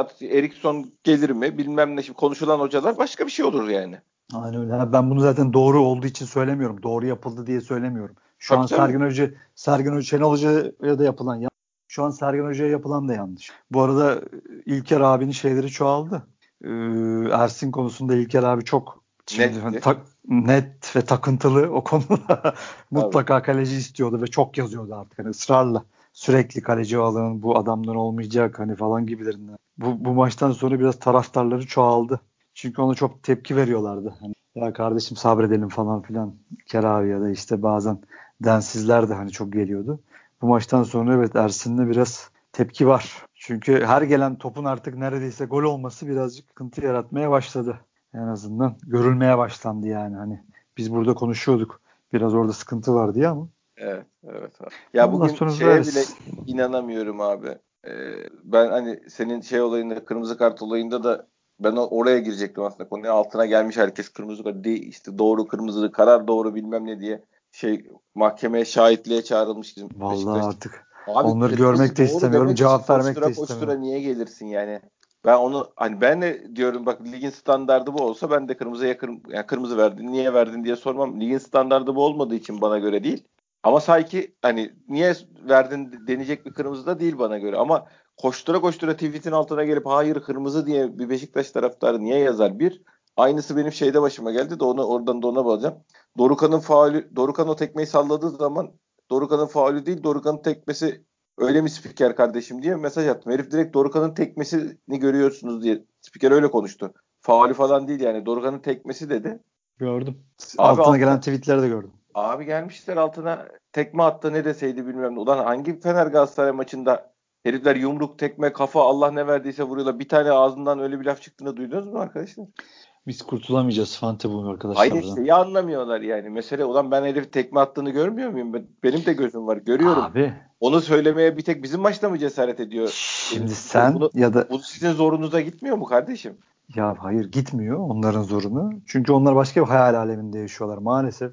Erikson gelir mi bilmem ne, şimdi konuşulan hocalar başka bir şey olur yani.
aynen öyle. Ha, ben bunu zaten doğru olduğu için söylemiyorum. Doğru yapıldı diye söylemiyorum. Şu
Tabii
an
tabii.
Sergen Hoca, Şenol Hoca'ya da yapılan yanlış. Şu an Sergen Hoca'ya yapılan da yanlış. Bu arada İlker abinin şeyleri çoğaldı. Ersin konusunda İlker abi çok şimdi hani
Netti.
net ve takıntılı o konuda
Tabii.
mutlaka kaleci istiyordu ve çok yazıyordu artık hani ısrarla. Sürekli kaleci alın, bu adamdan olmayacak hani falan gibilerinden. Bu maçtan sonra biraz taraftarları çoğaldı. Çünkü ona çok tepki veriyorlardı. Hani, ya kardeşim sabredelim falan filan. Keravi ya da işte bazen densizler de hani çok geliyordu. Bu maçtan sonra evet Ersin'de biraz tepki var. Çünkü her gelen topun artık neredeyse gol olması birazcık sıkıntı yaratmaya başladı. En azından görülmeye başlandı yani hani. Biz burada konuşuyorduk. Biraz orada sıkıntı var diye ama.
Evet, evet abi. Ya
Allah
bugün
sonumuzu
şeye bile
veririz.
inanamıyorum abi. Ben hani senin olayında, kırmızı kart olayında da ben oraya girecektim aslında. Konuya altına gelmiş herkes kırmızı kart değil, işte doğru kırmızı karar doğru bilmem ne diye mahkemeye şahitliğe çağrılmış bizim
Vallahi
Beşiktaş.
artık
Abi
onları
kırmızı
görmek de
doğru
istemiyorum.
demek için
Cevap vermek de
koştura koştura
istemiyorum.
niye gelirsin yani? Ben onu hani, ben de diyorum bak, ligin standardı bu olsa ben de kırmızıya yani kırmızı verdin niye verdin diye sormam. Ligin standardı bu olmadığı için bana göre değil. Ama sanki hani niye verdin denecek bir kırmızı da değil bana göre. Ama koştura koştura tweetin altına gelip hayır kırmızı diye bir Beşiktaş taraftarı niye yazar? Bir, aynısı benim şeyde başıma geldi de onu oradan da ona bağlayacağım. Dorukhan o tekmeyi salladığı zaman Dorukhan'ın faulü değil Dorukhan'ın tekmesi öyle mi spiker kardeşim diye mesaj attım. Herif direkt Dorukhan'ın tekmesini görüyorsunuz diye. Spiker öyle konuştu. Faulü falan değil yani Dorukhan'ın tekmesi dedi.
Gördüm.
Abi
Altına
altına
gelen tweetleri de gördüm.
Abi gelmişler altına tekme attı ne deseydi bilmiyorum. Ulan hangi Fener Galatasaray maçında herifler yumruk, tekme, kafa Allah ne verdiyse vuruyorlar. Bir tane ağzından öyle bir laf çıktığını duydunuz mu arkadaşlar?
Biz kurtulamayacağız Fante bu
Hayır
arkadaşlardan.
şeyi anlamıyorlar yani. Mesele ulan ben herif tekme attığını görmüyor muyum? Benim de gözüm var görüyorum.
Abi
Onu söylemeye bir tek bizim maçta mı cesaret ediyor?
şimdi
Bu,
sen
bunu,
ya da
bu sizin zorunuza gitmiyor mu kardeşim?
ya hayır gitmiyor onların zorunu. Çünkü onlar başka bir hayal aleminde yaşıyorlar. Maalesef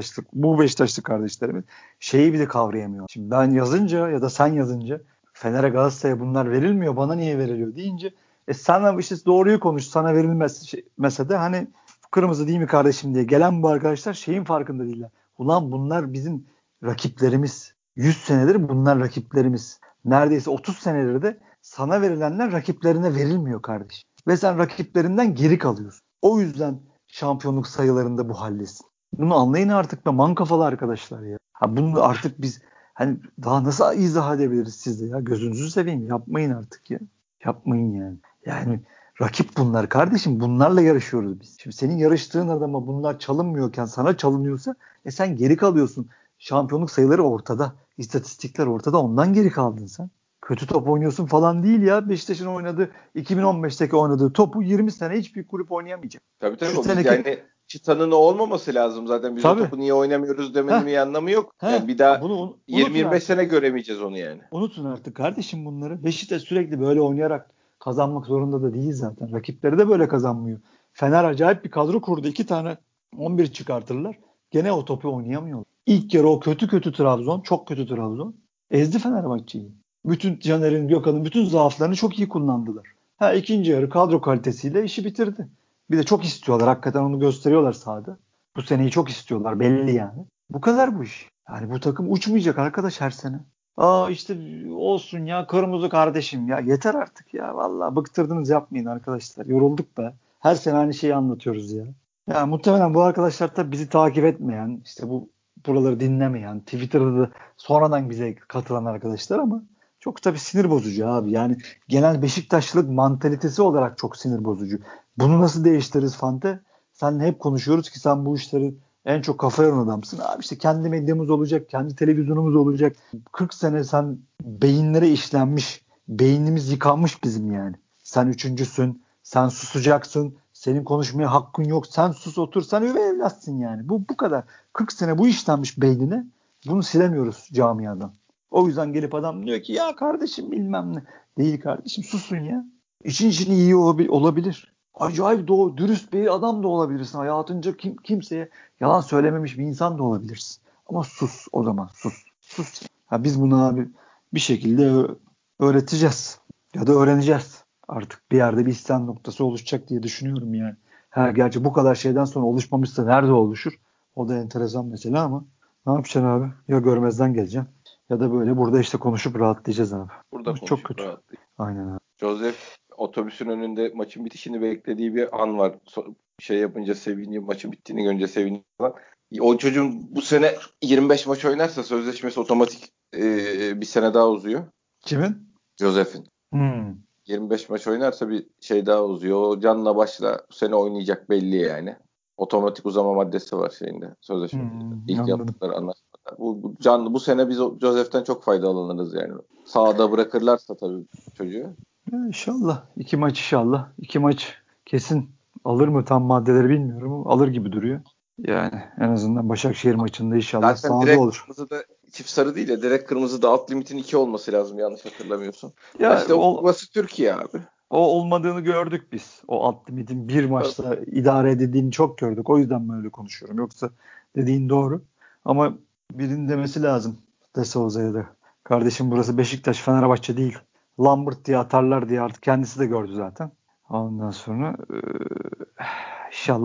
bu Beşiktaşlı kardeşlerimiz şeyi bile kavrayamıyor. Şimdi ben yazınca ya da sen yazınca Fener'e Galatasaray'a bunlar verilmiyor bana niye veriliyor deyince sana işte doğruyu konuş sana verilmez mesela de hani kırmızı değil mi kardeşim diye gelen bu arkadaşlar şeyin farkında değiller. Ulan bunlar bizim rakiplerimiz. 100 senedir bunlar rakiplerimiz. Neredeyse 30 senedir de sana verilenler rakiplerine verilmiyor kardeşim. Ve sen rakiplerinden geri kalıyorsun. O yüzden şampiyonluk sayılarında bu haldesin. Bunu anlayın artık be man kafalı arkadaşlar ya. Ha bunu artık biz hani daha nasıl izah edebiliriz sizde ya? Gözünüzü seveyim yapmayın artık ya. Yapmayın yani. Yani rakip bunlar kardeşim. Bunlarla yarışıyoruz biz. Şimdi senin yarıştığın adama bunlar çalınmıyorken sana çalınıyorsa sen geri kalıyorsun. Şampiyonluk sayıları ortada. İstatistikler ortada. Ondan geri kaldın sen. Kötü top oynuyorsun falan değil ya. Beşiktaş'ın oynadığı 2015'teki oynadığı topu 20 sene hiçbir kulüp oynayamayacak.
Tabii tabii
Şu
o biz
seneki
yani çıtanın o olmaması lazım zaten. Biz o
tabii.
topu niye oynamıyoruz demenin
Heh,
bir anlamı yok.
heh.
Yani bir daha
Bunu unutun
20-25
artık.
sene göremeyeceğiz onu yani.
Unutun artık kardeşim bunları. Beşiktaş sürekli böyle oynayarak kazanmak zorunda da değil zaten. Rakipleri de böyle kazanmıyor. Fener acayip bir kadro kurdu. 2 tane 11 çıkartırlar. Gene o topu oynayamıyorlar. İlk yarı o kötü Trabzon, çok kötü Trabzon. Ezdi Fenerbahçe'yi. Bütün Caner'in, Gökhan'ın bütün zaaflarını çok iyi kullandılar. İkinci yarı kadro kalitesiyle işi bitirdi. Bir de çok istiyorlar. Hakikaten onu gösteriyorlar sahada. Bu seneyi çok istiyorlar belli yani. Bu kadar bu iş. Yani bu takım uçmayacak arkadaş her sene. İşte olsun ya kırmızı kardeşim ya yeter artık ya vallahi bıktırdınız yapmayın arkadaşlar yorulduk be. Her sene aynı şeyi anlatıyoruz ya. Ya muhtemelen bu arkadaşlar da bizi takip etmeyen işte buraları dinlemeyen Twitter'da da sonradan bize katılan arkadaşlar ama çok tabii sinir bozucu abi. Yani genel Beşiktaşlılık mantalitesi olarak çok sinir bozucu. Bunu nasıl değiştiririz Fante? Seninle hep konuşuyoruz ki sen bu işleri en çok kafa yoran adamsın. Abi işte kendi medyamız olacak, kendi televizyonumuz olacak. 40 sene sen beyinlere işlenmiş, beynimiz yıkanmış bizim yani. Sen üçüncüsün, sen susacaksın, senin konuşmaya hakkın yok, sen sus otur, sen üvey evlatsın yani. Bu kadar. 40 sene bu işlenmiş beynine, bunu silemiyoruz camiadan. O yüzden gelip adam diyor ki ya kardeşim bilmem ne. Değil kardeşim susun ya. İçin iyi olabilir. Acayip dürüst bir adam da olabilirsin. Hayatınca kimseye yalan söylememiş bir insan da olabilirsin. Ama sus o zaman sus. Sus. Biz bunu abi bir şekilde öğreteceğiz. Ya da öğreneceğiz. Artık bir yerde bir isyan noktası oluşacak diye düşünüyorum yani. Gerçi bu kadar şeyden sonra oluşmamışsa nerede oluşur? O da enteresan mesela ama ne yapacaksın abi? Ya görmezden geleceksin ya da böyle burada işte konuşup rahatlayacağız abi.
Burada
Çok
konuşup
kötü.
rahat.
Aynen abi.
Joseph otobüsün önünde maçın bitişini beklediği bir an var. Şey yapınca seviniyor, maçın bittiğini görünce seviniyor falan. O çocuğun bu sene 25 maç oynarsa sözleşmesi otomatik bir sene daha uzuyor.
Kimin?
Joseph'in.
Hmm.
25 maç oynarsa bir şey daha uzuyor. O canla başla bu sene oynayacak belli yani. Otomatik uzama maddesi var şeyinde sözleşmesinde. İlk
Anladım.
yaptıkları anlaşmada. Bu canlı bu sene biz Joseph'ten çok faydalanırız yani. Sağda bırakırlarsa tabii çocuğu.
İnşallah. 2 maç inşallah. 2 maç kesin alır mı tam maddeleri bilmiyorum ama alır gibi duruyor. Yani en azından Başakşehir maçında inşallah
Zaten
sahada
direkt
olur.
kırmızıda çift sarı değil ya. Direkt kırmızıda alt limitin 2 olması lazım yanlış hatırlamıyorsun. Ya
Ya
işte o burası Türkiye abi.
o olmadığını gördük biz. O alt limitin bir maçta idare edildiğini çok gördük. O yüzden böyle konuşuyorum. Yoksa dediğin doğru. Ama birinin demesi lazım. De Souza'ya da. Kardeşim burası Beşiktaş, Fenerbahçe değil. Lambert diye atarlar diye artık kendisi de gördü zaten. Ondan sonra inşallah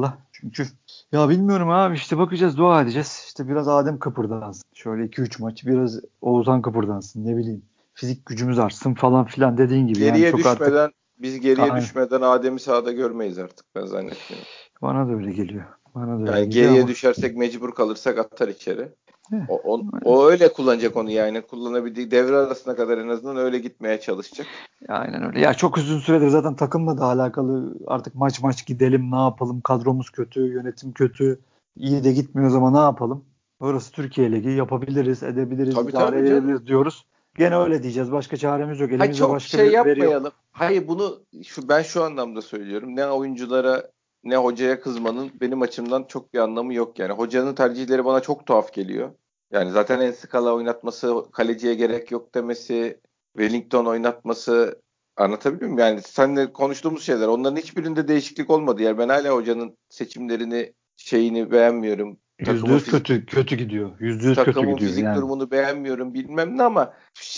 Çünkü ya bilmiyorum abi, işte bakacağız, dua edeceğiz. İşte biraz Adem kıpırdansın. Şöyle 2-3 maç biraz Oğuzhan kıpırdansın, ne bileyim. Fizik gücümüz artsın falan filan, dediğin gibi yani,
Geriye
çok artık.
düşmeden biz geriye
Aynen.
düşmeden Adem'i sahada görmeyiz artık, ben zannetmiyorum.
Bana da öyle geliyor. Bana da öyle
Yani
geliyor
geriye
ama.
düşersek mecbur kalırsak atar içeri.
Eh,
O öyle kullanacak onu yani. Kullanabildiği devre arasına kadar en azından öyle gitmeye çalışacak.
aynen öyle. Ya çok uzun süredir zaten takımla da alakalı, artık maç maç gidelim, ne yapalım, kadromuz kötü, yönetim kötü, iyi de gitmiyor, o zaman ne yapalım? Burası Türkiye Ligi, yapabiliriz, edebiliriz,
Tabii
idare
tabii canım.
edebiliriz diyoruz. Gene öyle diyeceğiz. Başka çaremiz yok.
Ha,
Elimizde
çok
başka
şey
bir veri yok.
yapmayalım. Hayır, bunu ben şu anlamda söylüyorum. Ne oyunculara ne hocaya kızmanın benim açımdan çok bir anlamı yok yani. Hocanın tercihleri bana çok tuhaf geliyor. Yani zaten Enskala oynatması, kaleciye gerek yok demesi, Wellington oynatması, anlatabiliyor muyum? Yani seninle konuştuğumuz şeyler, onların hiçbirinde değişiklik olmadı. Yani ben hala hocanın seçimlerini, şeyini beğenmiyorum. Takımın
%100
fizik
kötü gidiyor. %100 kötü
takımın
gidiyor
fizik
yani.
durumunu beğenmiyorum bilmem ne, ama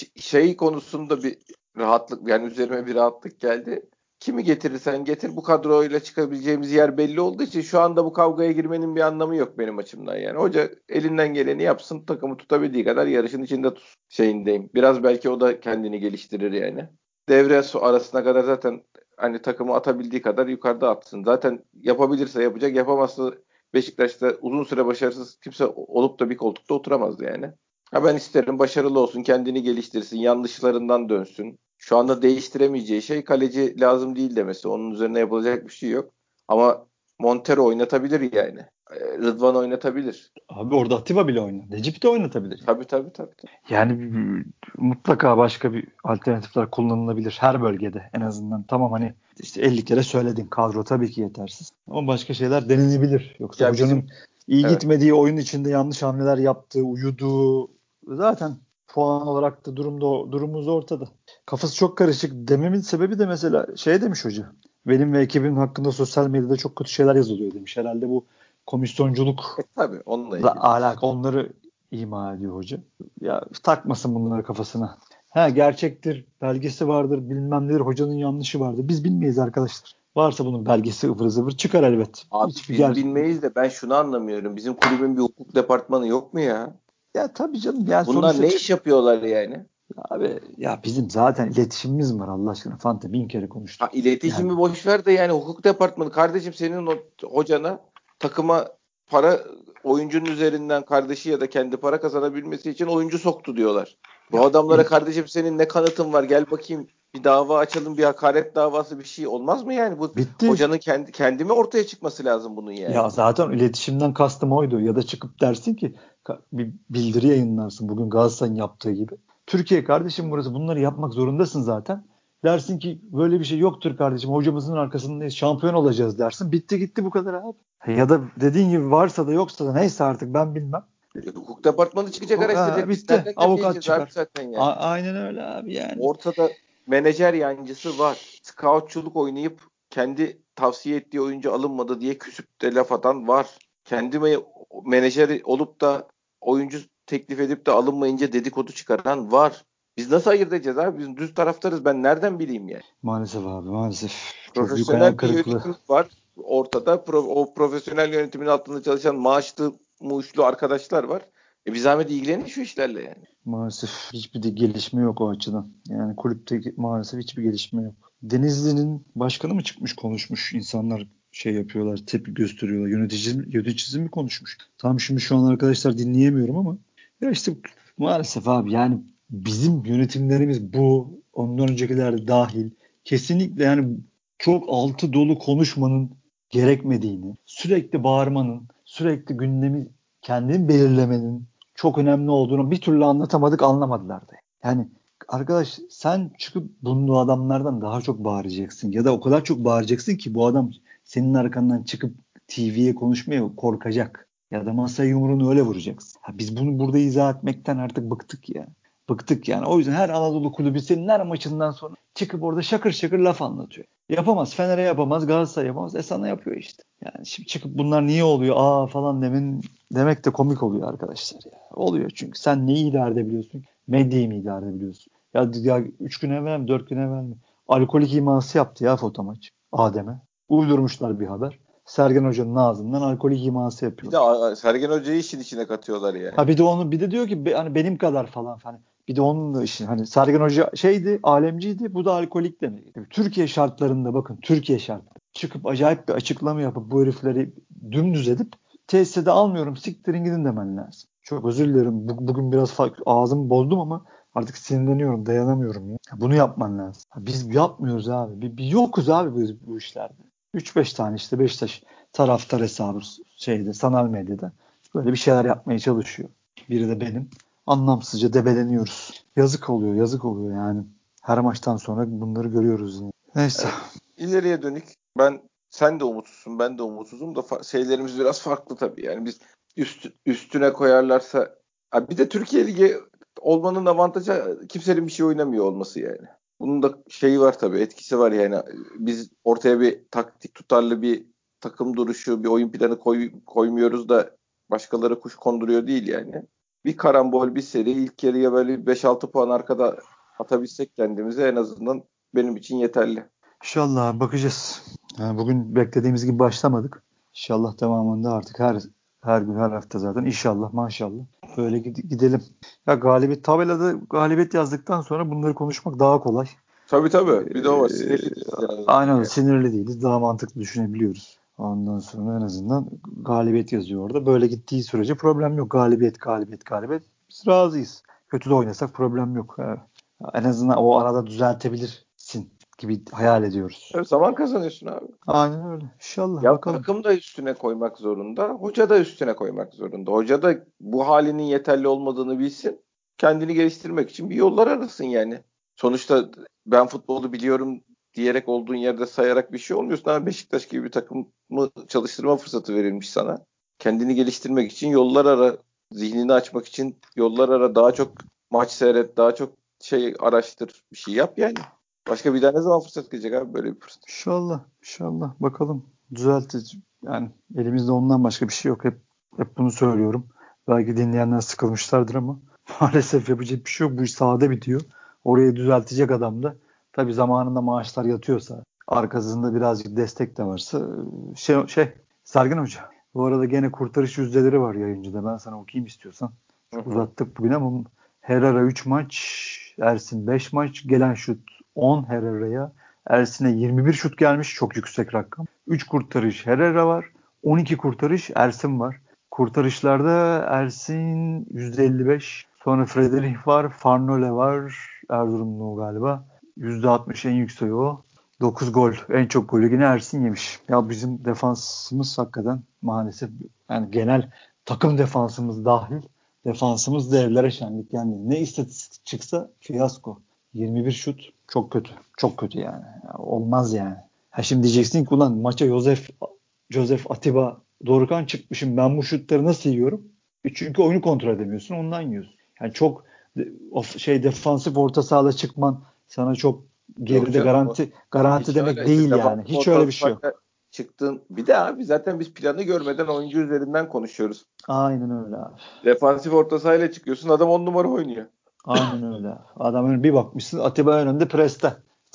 şey konusunda bir rahatlık, yani üzerime bir rahatlık geldi. Kimi getirirsen getir, bu kadroyla çıkabileceğimiz yer belli olduğu için şu anda bu kavgaya girmenin bir anlamı yok benim açımdan yani. Hoca elinden geleni yapsın, takımı tutabildiği kadar yarışın içinde tut şeyindeyim. Biraz belki o da kendini geliştirir yani. Devre arasına kadar zaten hani takımı atabildiği kadar yukarıda atsın. Zaten yapabilirse yapacak, yapamazsa Beşiktaş'ta uzun süre başarısız kimse olup da bir koltukta oturamazdı yani. Ha, ben isterim başarılı olsun, kendini geliştirsin, yanlışlarından dönsün. Şu anda değiştiremeyeceği şey kaleci lazım değil demesi. Onun üzerine yapılacak bir şey yok. Ama Montero oynatabilir yani. Rıdvan oynatabilir.
Abi orada Atiba bile oynar. Necip de oynatabilir.
Tabii tabii tabii.
Yani mutlaka başka bir alternatifler kullanılabilir her bölgede en azından. Tamam, hani işte 50 kere söyledin, kadro tabii ki yetersiz. Ama başka şeyler denenebilir. Yoksa
Ya bizim,
hocanın iyi
evet.
gitmediği, oyun içinde yanlış hamleler yaptığı, uyuduğu, zaten puan olarak da durumumuz ortada. Kafası çok karışık dememin sebebi de mesela şey demiş hoca. Benim ve ekibimin hakkında sosyal medyada çok kötü şeyler yazılıyor demiş. Herhalde bu komisyonculuk
Tabii onunla ilgilidir.
alakalı, onları ima ediyor hoca. Ya takmasın bunları kafasına. Ha, gerçektir, belgesi vardır, bilmem nedir, hocanın yanlışı vardır. Biz bilmeyiz arkadaşlar. Varsa bunun belgesi ıvır zıvır çıkar elbet.
Abi
Hiçbir
biz
ger
bilmeyiz de ben şunu anlamıyorum. Bizim kulübün bir hukuk departmanı yok mu ya?
Ya tabii canım, yani
Bunlar
sonuçta
ne iş yapıyorlar yani?
abi ya, bizim zaten iletişimimiz var Allah aşkına. Fante bin kere
Ha,
konuştuk. Yani
iletişimi boş ver de yani hukuk departmanı kardeşim, senin o hocana takıma para, oyuncunun üzerinden kardeşi ya da kendi para kazanabilmesi için oyuncu soktu diyorlar. Bu
ya
adamlara kardeşim senin ne kanıtın var, gel bakayım bir dava açalım, bir hakaret davası, bir şey olmaz mı yani? Bu
bitti.
hocanın kendi mi ortaya çıkması lazım bunun yani?
Ya zaten iletişimden kastım oydu. Ya da çıkıp dersin ki bir bildiri yayınlarsın bugün Galatasaray'ın yaptığı gibi. Türkiye kardeşim burası, bunları yapmak zorundasın zaten. Dersin ki böyle bir şey yoktur kardeşim, hocamızın arkasındayız, şampiyon olacağız dersin. Bitti gitti, bu kadar abi. Ya da dediğin gibi varsa da yoksa da neyse artık, ben bilmem.
Hukuk departmanı çıkacak, araştıracak. Biz
Bitti.
nereden
Avukat
bileceğiz abi
çıkar.
zaten yani?
Aynen öyle abi yani.
Ortada menajer yancısı var. Scoutçuluk oynayıp kendi tavsiye ettiği oyuncu alınmadı diye küsüp de laf atan var. Kendi menajer olup da oyuncu teklif edip de alınmayınca dedikodu çıkaran var. Biz nasıl ayırt edeceğiz abi? Biz düz taraftarız. Ben nereden bileyim yani?
Maalesef abi, maalesef. Çok büyük hayal
Profesyonel bir
kırıklığı.
yönetim var ortada. O profesyonel yönetimin altında çalışan maaşlı, muşlu arkadaşlar var. Bir zahmet ilgilenin şu işlerle yani.
Maalesef hiçbir de gelişme yok o açıdan. Yani kulüpte maalesef hiçbir gelişme yok. Denizli'nin başkanı mı çıkmış konuşmuş? İnsanlar şey yapıyorlar, tepki gösteriyorlar. Yöneticisi mi konuşmuş? Tam şimdi şu an arkadaşlar dinleyemiyorum ama ya işte maalesef abi, yani bizim yönetimlerimiz bu. Ondan öncekiler de dahil. Kesinlikle yani çok altı dolu konuşmanın gerekmediğini, sürekli bağırmanın, sürekli gündemi kendin belirlemenin çok önemli olduğunu bir türlü anlatamadık, anlamadılar da. Yani arkadaş, sen çıkıp bunu adamlardan daha çok bağıracaksın ya da o kadar çok bağıracaksın ki bu adam senin arkandan çıkıp TV'ye konuşmaya korkacak ya da masaya yumruğunu öyle vuracaksın. Ha, biz bunu burada izah etmekten artık bıktık ya. Bıktık yani. O yüzden her Anadolu kulübü senin her maçından sonra çıkıp orada şakır şakır laf anlatıyor. Yapamaz. Fener'e yapamaz. Galatasaray yapamaz. Sana yapıyor işte. Yani şimdi çıkıp bunlar niye oluyor aa falan demek de komik oluyor arkadaşlar ya. Oluyor çünkü sen neyi idare edebiliyorsun? Medyayı mı idare edebiliyorsun? Ya 3 gün evvel mi 4 gün evvel mi? Alkolik iması yaptı ya fotomaç Adem'e. Uydurmuşlar bir haber. Sergen Hoca'nın ağzından alkolik iması
Bir
yapıyor.
de Sergen Hoca'yı işin içine katıyorlar yani.
Ha bir de diyor ki hani benim kadar falan hani bir de onun da işi hani Sergen Hoca şeydi, alemciydi, bu da alkolik demek. Türkiye şartlarında bakın, Türkiye şartları çıkıp acayip bir açıklama yapıp bu herifleri dümdüz edip tesise almıyorum, siktirin gidin demen lazım. Çok özür dilerim. Bugün biraz ağzımı bozdum ama artık sinirleniyorum, dayanamıyorum ya. Bunu yapman lazım. Biz yapmıyoruz abi. Bir yokuz abi bu işlerde. 3-5 tane işte Beşiktaş taraftar hesabı şeyde, sanal medyada böyle bir şeyler yapmaya çalışıyor. Biri de benim. Anlamsızca debeleniyoruz. Yazık oluyor yani. Her maçtan sonra bunları görüyoruz yani. Neyse.
Evet. İleriye dönük sen de umutsuzsun, ben de umutsuzum da şeylerimiz biraz farklı tabii. Yani biz üstüne koyarlarsa bir de Türkiye Ligi olmanın avantajı kimsenin bir şey oynamıyor olması yani. Bunun da şeyi var tabii, etkisi var yani. Biz ortaya bir taktik tutarlı bir takım duruşu, bir oyun planı koymuyoruz da başkaları kuş konduruyor değil yani. Bir karambol, bir seri ilk yarıya böyle 5-6 puan arkada atabilsek kendimize en azından benim için yeterli.
İnşallah bakacağız. Yani bugün beklediğimiz gibi başlamadık. İnşallah devamında artık her gün her hafta zaten inşallah maşallah böyle gidelim. Ya tabelada galibiyet yazdıktan sonra bunları konuşmak daha kolay.
Tabii. Bir de o var. Sinirli değiliz
Aynen öyle,
yani.
sinirli değiliz. Daha mantıklı düşünebiliyoruz. Ondan sonra en azından galibiyet yazıyor orada. Böyle gittiği sürece problem yok. Galibiyet. Biz razıyız. Kötü de oynasak problem yok. En azından o arada düzeltebilirsin gibi hayal ediyoruz.
Evet, zaman kazanıyorsun abi.
Aynen öyle. İnşallah
Ya
bakalım.
takım da üstüne koymak zorunda. Hoca da üstüne koymak zorunda. Hoca da bu halinin yeterli olmadığını bilsin. Kendini geliştirmek için bir yollar arasın yani. Sonuçta ben futbolu biliyorum diyerek olduğun yerde sayarak bir şey olmuyorsun. Ama Beşiktaş gibi bir takımı çalıştırma fırsatı verilmiş sana. Kendini geliştirmek için yollar ara. Zihnini açmak için yollar ara. Daha çok maç seyret. Daha çok şey araştır. Bir şey yap yani. Başka bir daha ne zaman fırsat gelecek abi böyle bir fırsat?
İnşallah bakalım. Düzeltici. Yani elimizde ondan başka bir şey yok. Hep bunu söylüyorum. Belki dinleyenler sıkılmışlardır ama maalesef yapacak bir şey yok. Bu iş sahada bitiyor. Orayı düzeltecek adam da tabii zamanında maaşlar yatıyorsa, arkasında birazcık destek de varsa Sergen Hoca. Bu arada gene kurtarış yüzdeleri var yayıncıda. Ben sana okuyayım istiyorsan.
Hı
Çok
hı.
uzattık bugün ama Herrera 3 maç, Ersin 5 maç, gelen şut 10 Herrera'ya. Ersin'e 21 şut gelmiş. Çok yüksek rakam. 3 kurtarış Herrera var. 12 kurtarış Ersin var. Kurtarışlarda Ersin %55. Sonra Frederich var. Farnole var. Erzurumlu galiba. %60 en yükseği o. 9 gol. En çok golü yine Ersin yemiş. Ya bizim defansımız hakikaten maalesef yani genel takım defansımız dahil defansımız da evlere şenlik. Yani ne istatistik çıksa fiyasko. 21 şut çok kötü. Çok kötü yani. Olmaz yani. Ha şimdi diyeceksin ki ulan maça Joseph Atiba, Dorukhan çıkmışım. Ben bu şutları nasıl yiyorum? Çünkü oyunu kontrol edemiyorsun. Ondan yiyorsun. Yani çok defansif orta sahada çıkman sana çok
Yok
geride
canım.
garanti
Hiç
demek
öyle işte
değil yani.
defansif
Hiç
orta
öyle bir şey yok.
sahaya çıktın. Bir de abi zaten biz planı görmeden oyuncu üzerinden konuşuyoruz.
Aynen öyle abi.
Defansif orta sahayla çıkıyorsun. Adam 10 numara oynuyor.
Aynen öyle abi. Adamın bir bakmışsın Atiba önünde preste.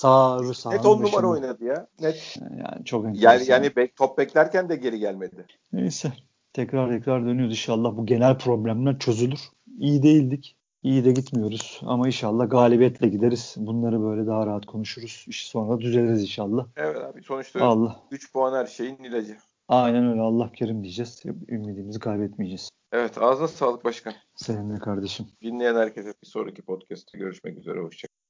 Net
Sahanın
10 numara
başında.
oynadı ya. Net.
Yani çok
Yani,
enteresan.
yani top beklerken de geri gelmedi.
Neyse. Tekrar dönüyoruz. İnşallah bu genel problemler çözülür. İyi değildik. İyi de gitmiyoruz. Ama inşallah galibiyetle gideriz. Bunları böyle daha rahat konuşuruz. İş sonra düzeliriz inşallah.
Evet abi sonuçta
Allah.
3 puan her şeyin ilacı.
Aynen öyle. Allah kerim diyeceğiz. Ümidimizi kaybetmeyeceğiz.
Evet ağzına sağlık başkan.
Seninle kardeşim.
Dinleyen herkese bir sonraki podcast'te görüşmek üzere. Hoşçakalın.